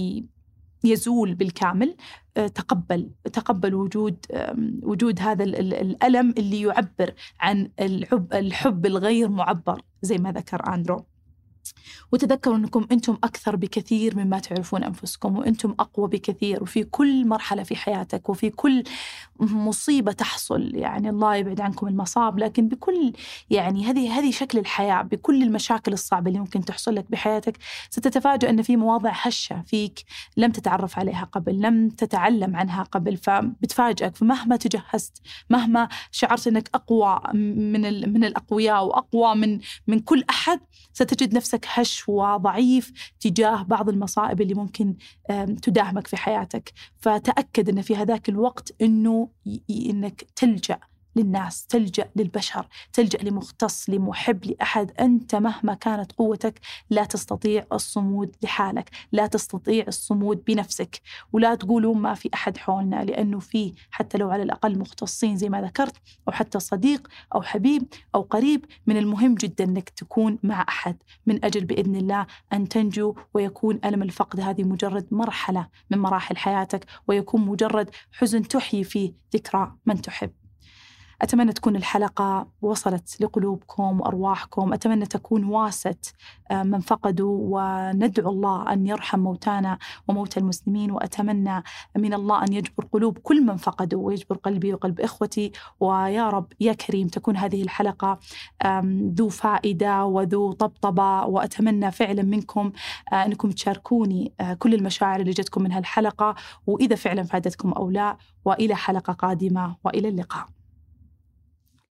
يزول بالكامل. تقبل تقبل وجود وجود هذا الألم اللي يعبر عن الحب الحب الغير معبر زي ما ذكر أندرو. وتذكروا أنكم أنتم أكثر بكثير مما تعرفون أنفسكم، وأنتم أقوى بكثير، وفي كل مرحلة في حياتك وفي كل مصيبة تحصل، يعني الله يبعد عنكم المصاب، لكن بكل يعني هذه هذه شكل الحياة، بكل المشاكل الصعبة اللي ممكن تحصل لك بحياتك ستتفاجأ أن في مواضع هشة فيك لم تتعرف عليها قبل، لم تتعلم عنها قبل، فبتفاجئك. فمهما تجهزت، مهما شعرت أنك أقوى من من الأقوياء وأقوى من من كل أحد، ستجد نفسك هش وضعيف تجاه بعض المصائب اللي ممكن تداهمك في حياتك. فتأكد أن في هذاك الوقت أنه إنك تلجأ للناس، تلجأ للبشر، تلجأ لمختص، لمحب، لأحد. أنت مهما كانت قوتك لا تستطيع الصمود لحالك، لا تستطيع الصمود بنفسك. ولا تقولوا ما في أحد حولنا، لأنه فيه حتى لو على الأقل مختصين زي ما ذكرت، أو حتى صديق أو حبيب أو قريب. من المهم جدا أنك تكون مع أحد من أجل بإذن الله أن تنجو، ويكون ألم الفقد هذه مجرد مرحلة من مراحل حياتك، ويكون مجرد حزن تحيي فيه ذكرى من تحب. أتمنى تكون الحلقة وصلت لقلوبكم وأرواحكم، أتمنى تكون واست من فقدوا، وندعو الله أن يرحم موتانا وموتى المسلمين، وأتمنى من الله أن يجبر قلوب كل من فقدوا ويجبر قلبي وقلب إخوتي. ويا رب يا كريم تكون هذه الحلقة ذو فائدة وذو طبطبة، وأتمنى فعلا منكم أنكم تشاركوني كل المشاعر اللي جتكم من هالحلقة، وإذا فعلا فادتكم أو لا. وإلى حلقة قادمة، وإلى اللقاء.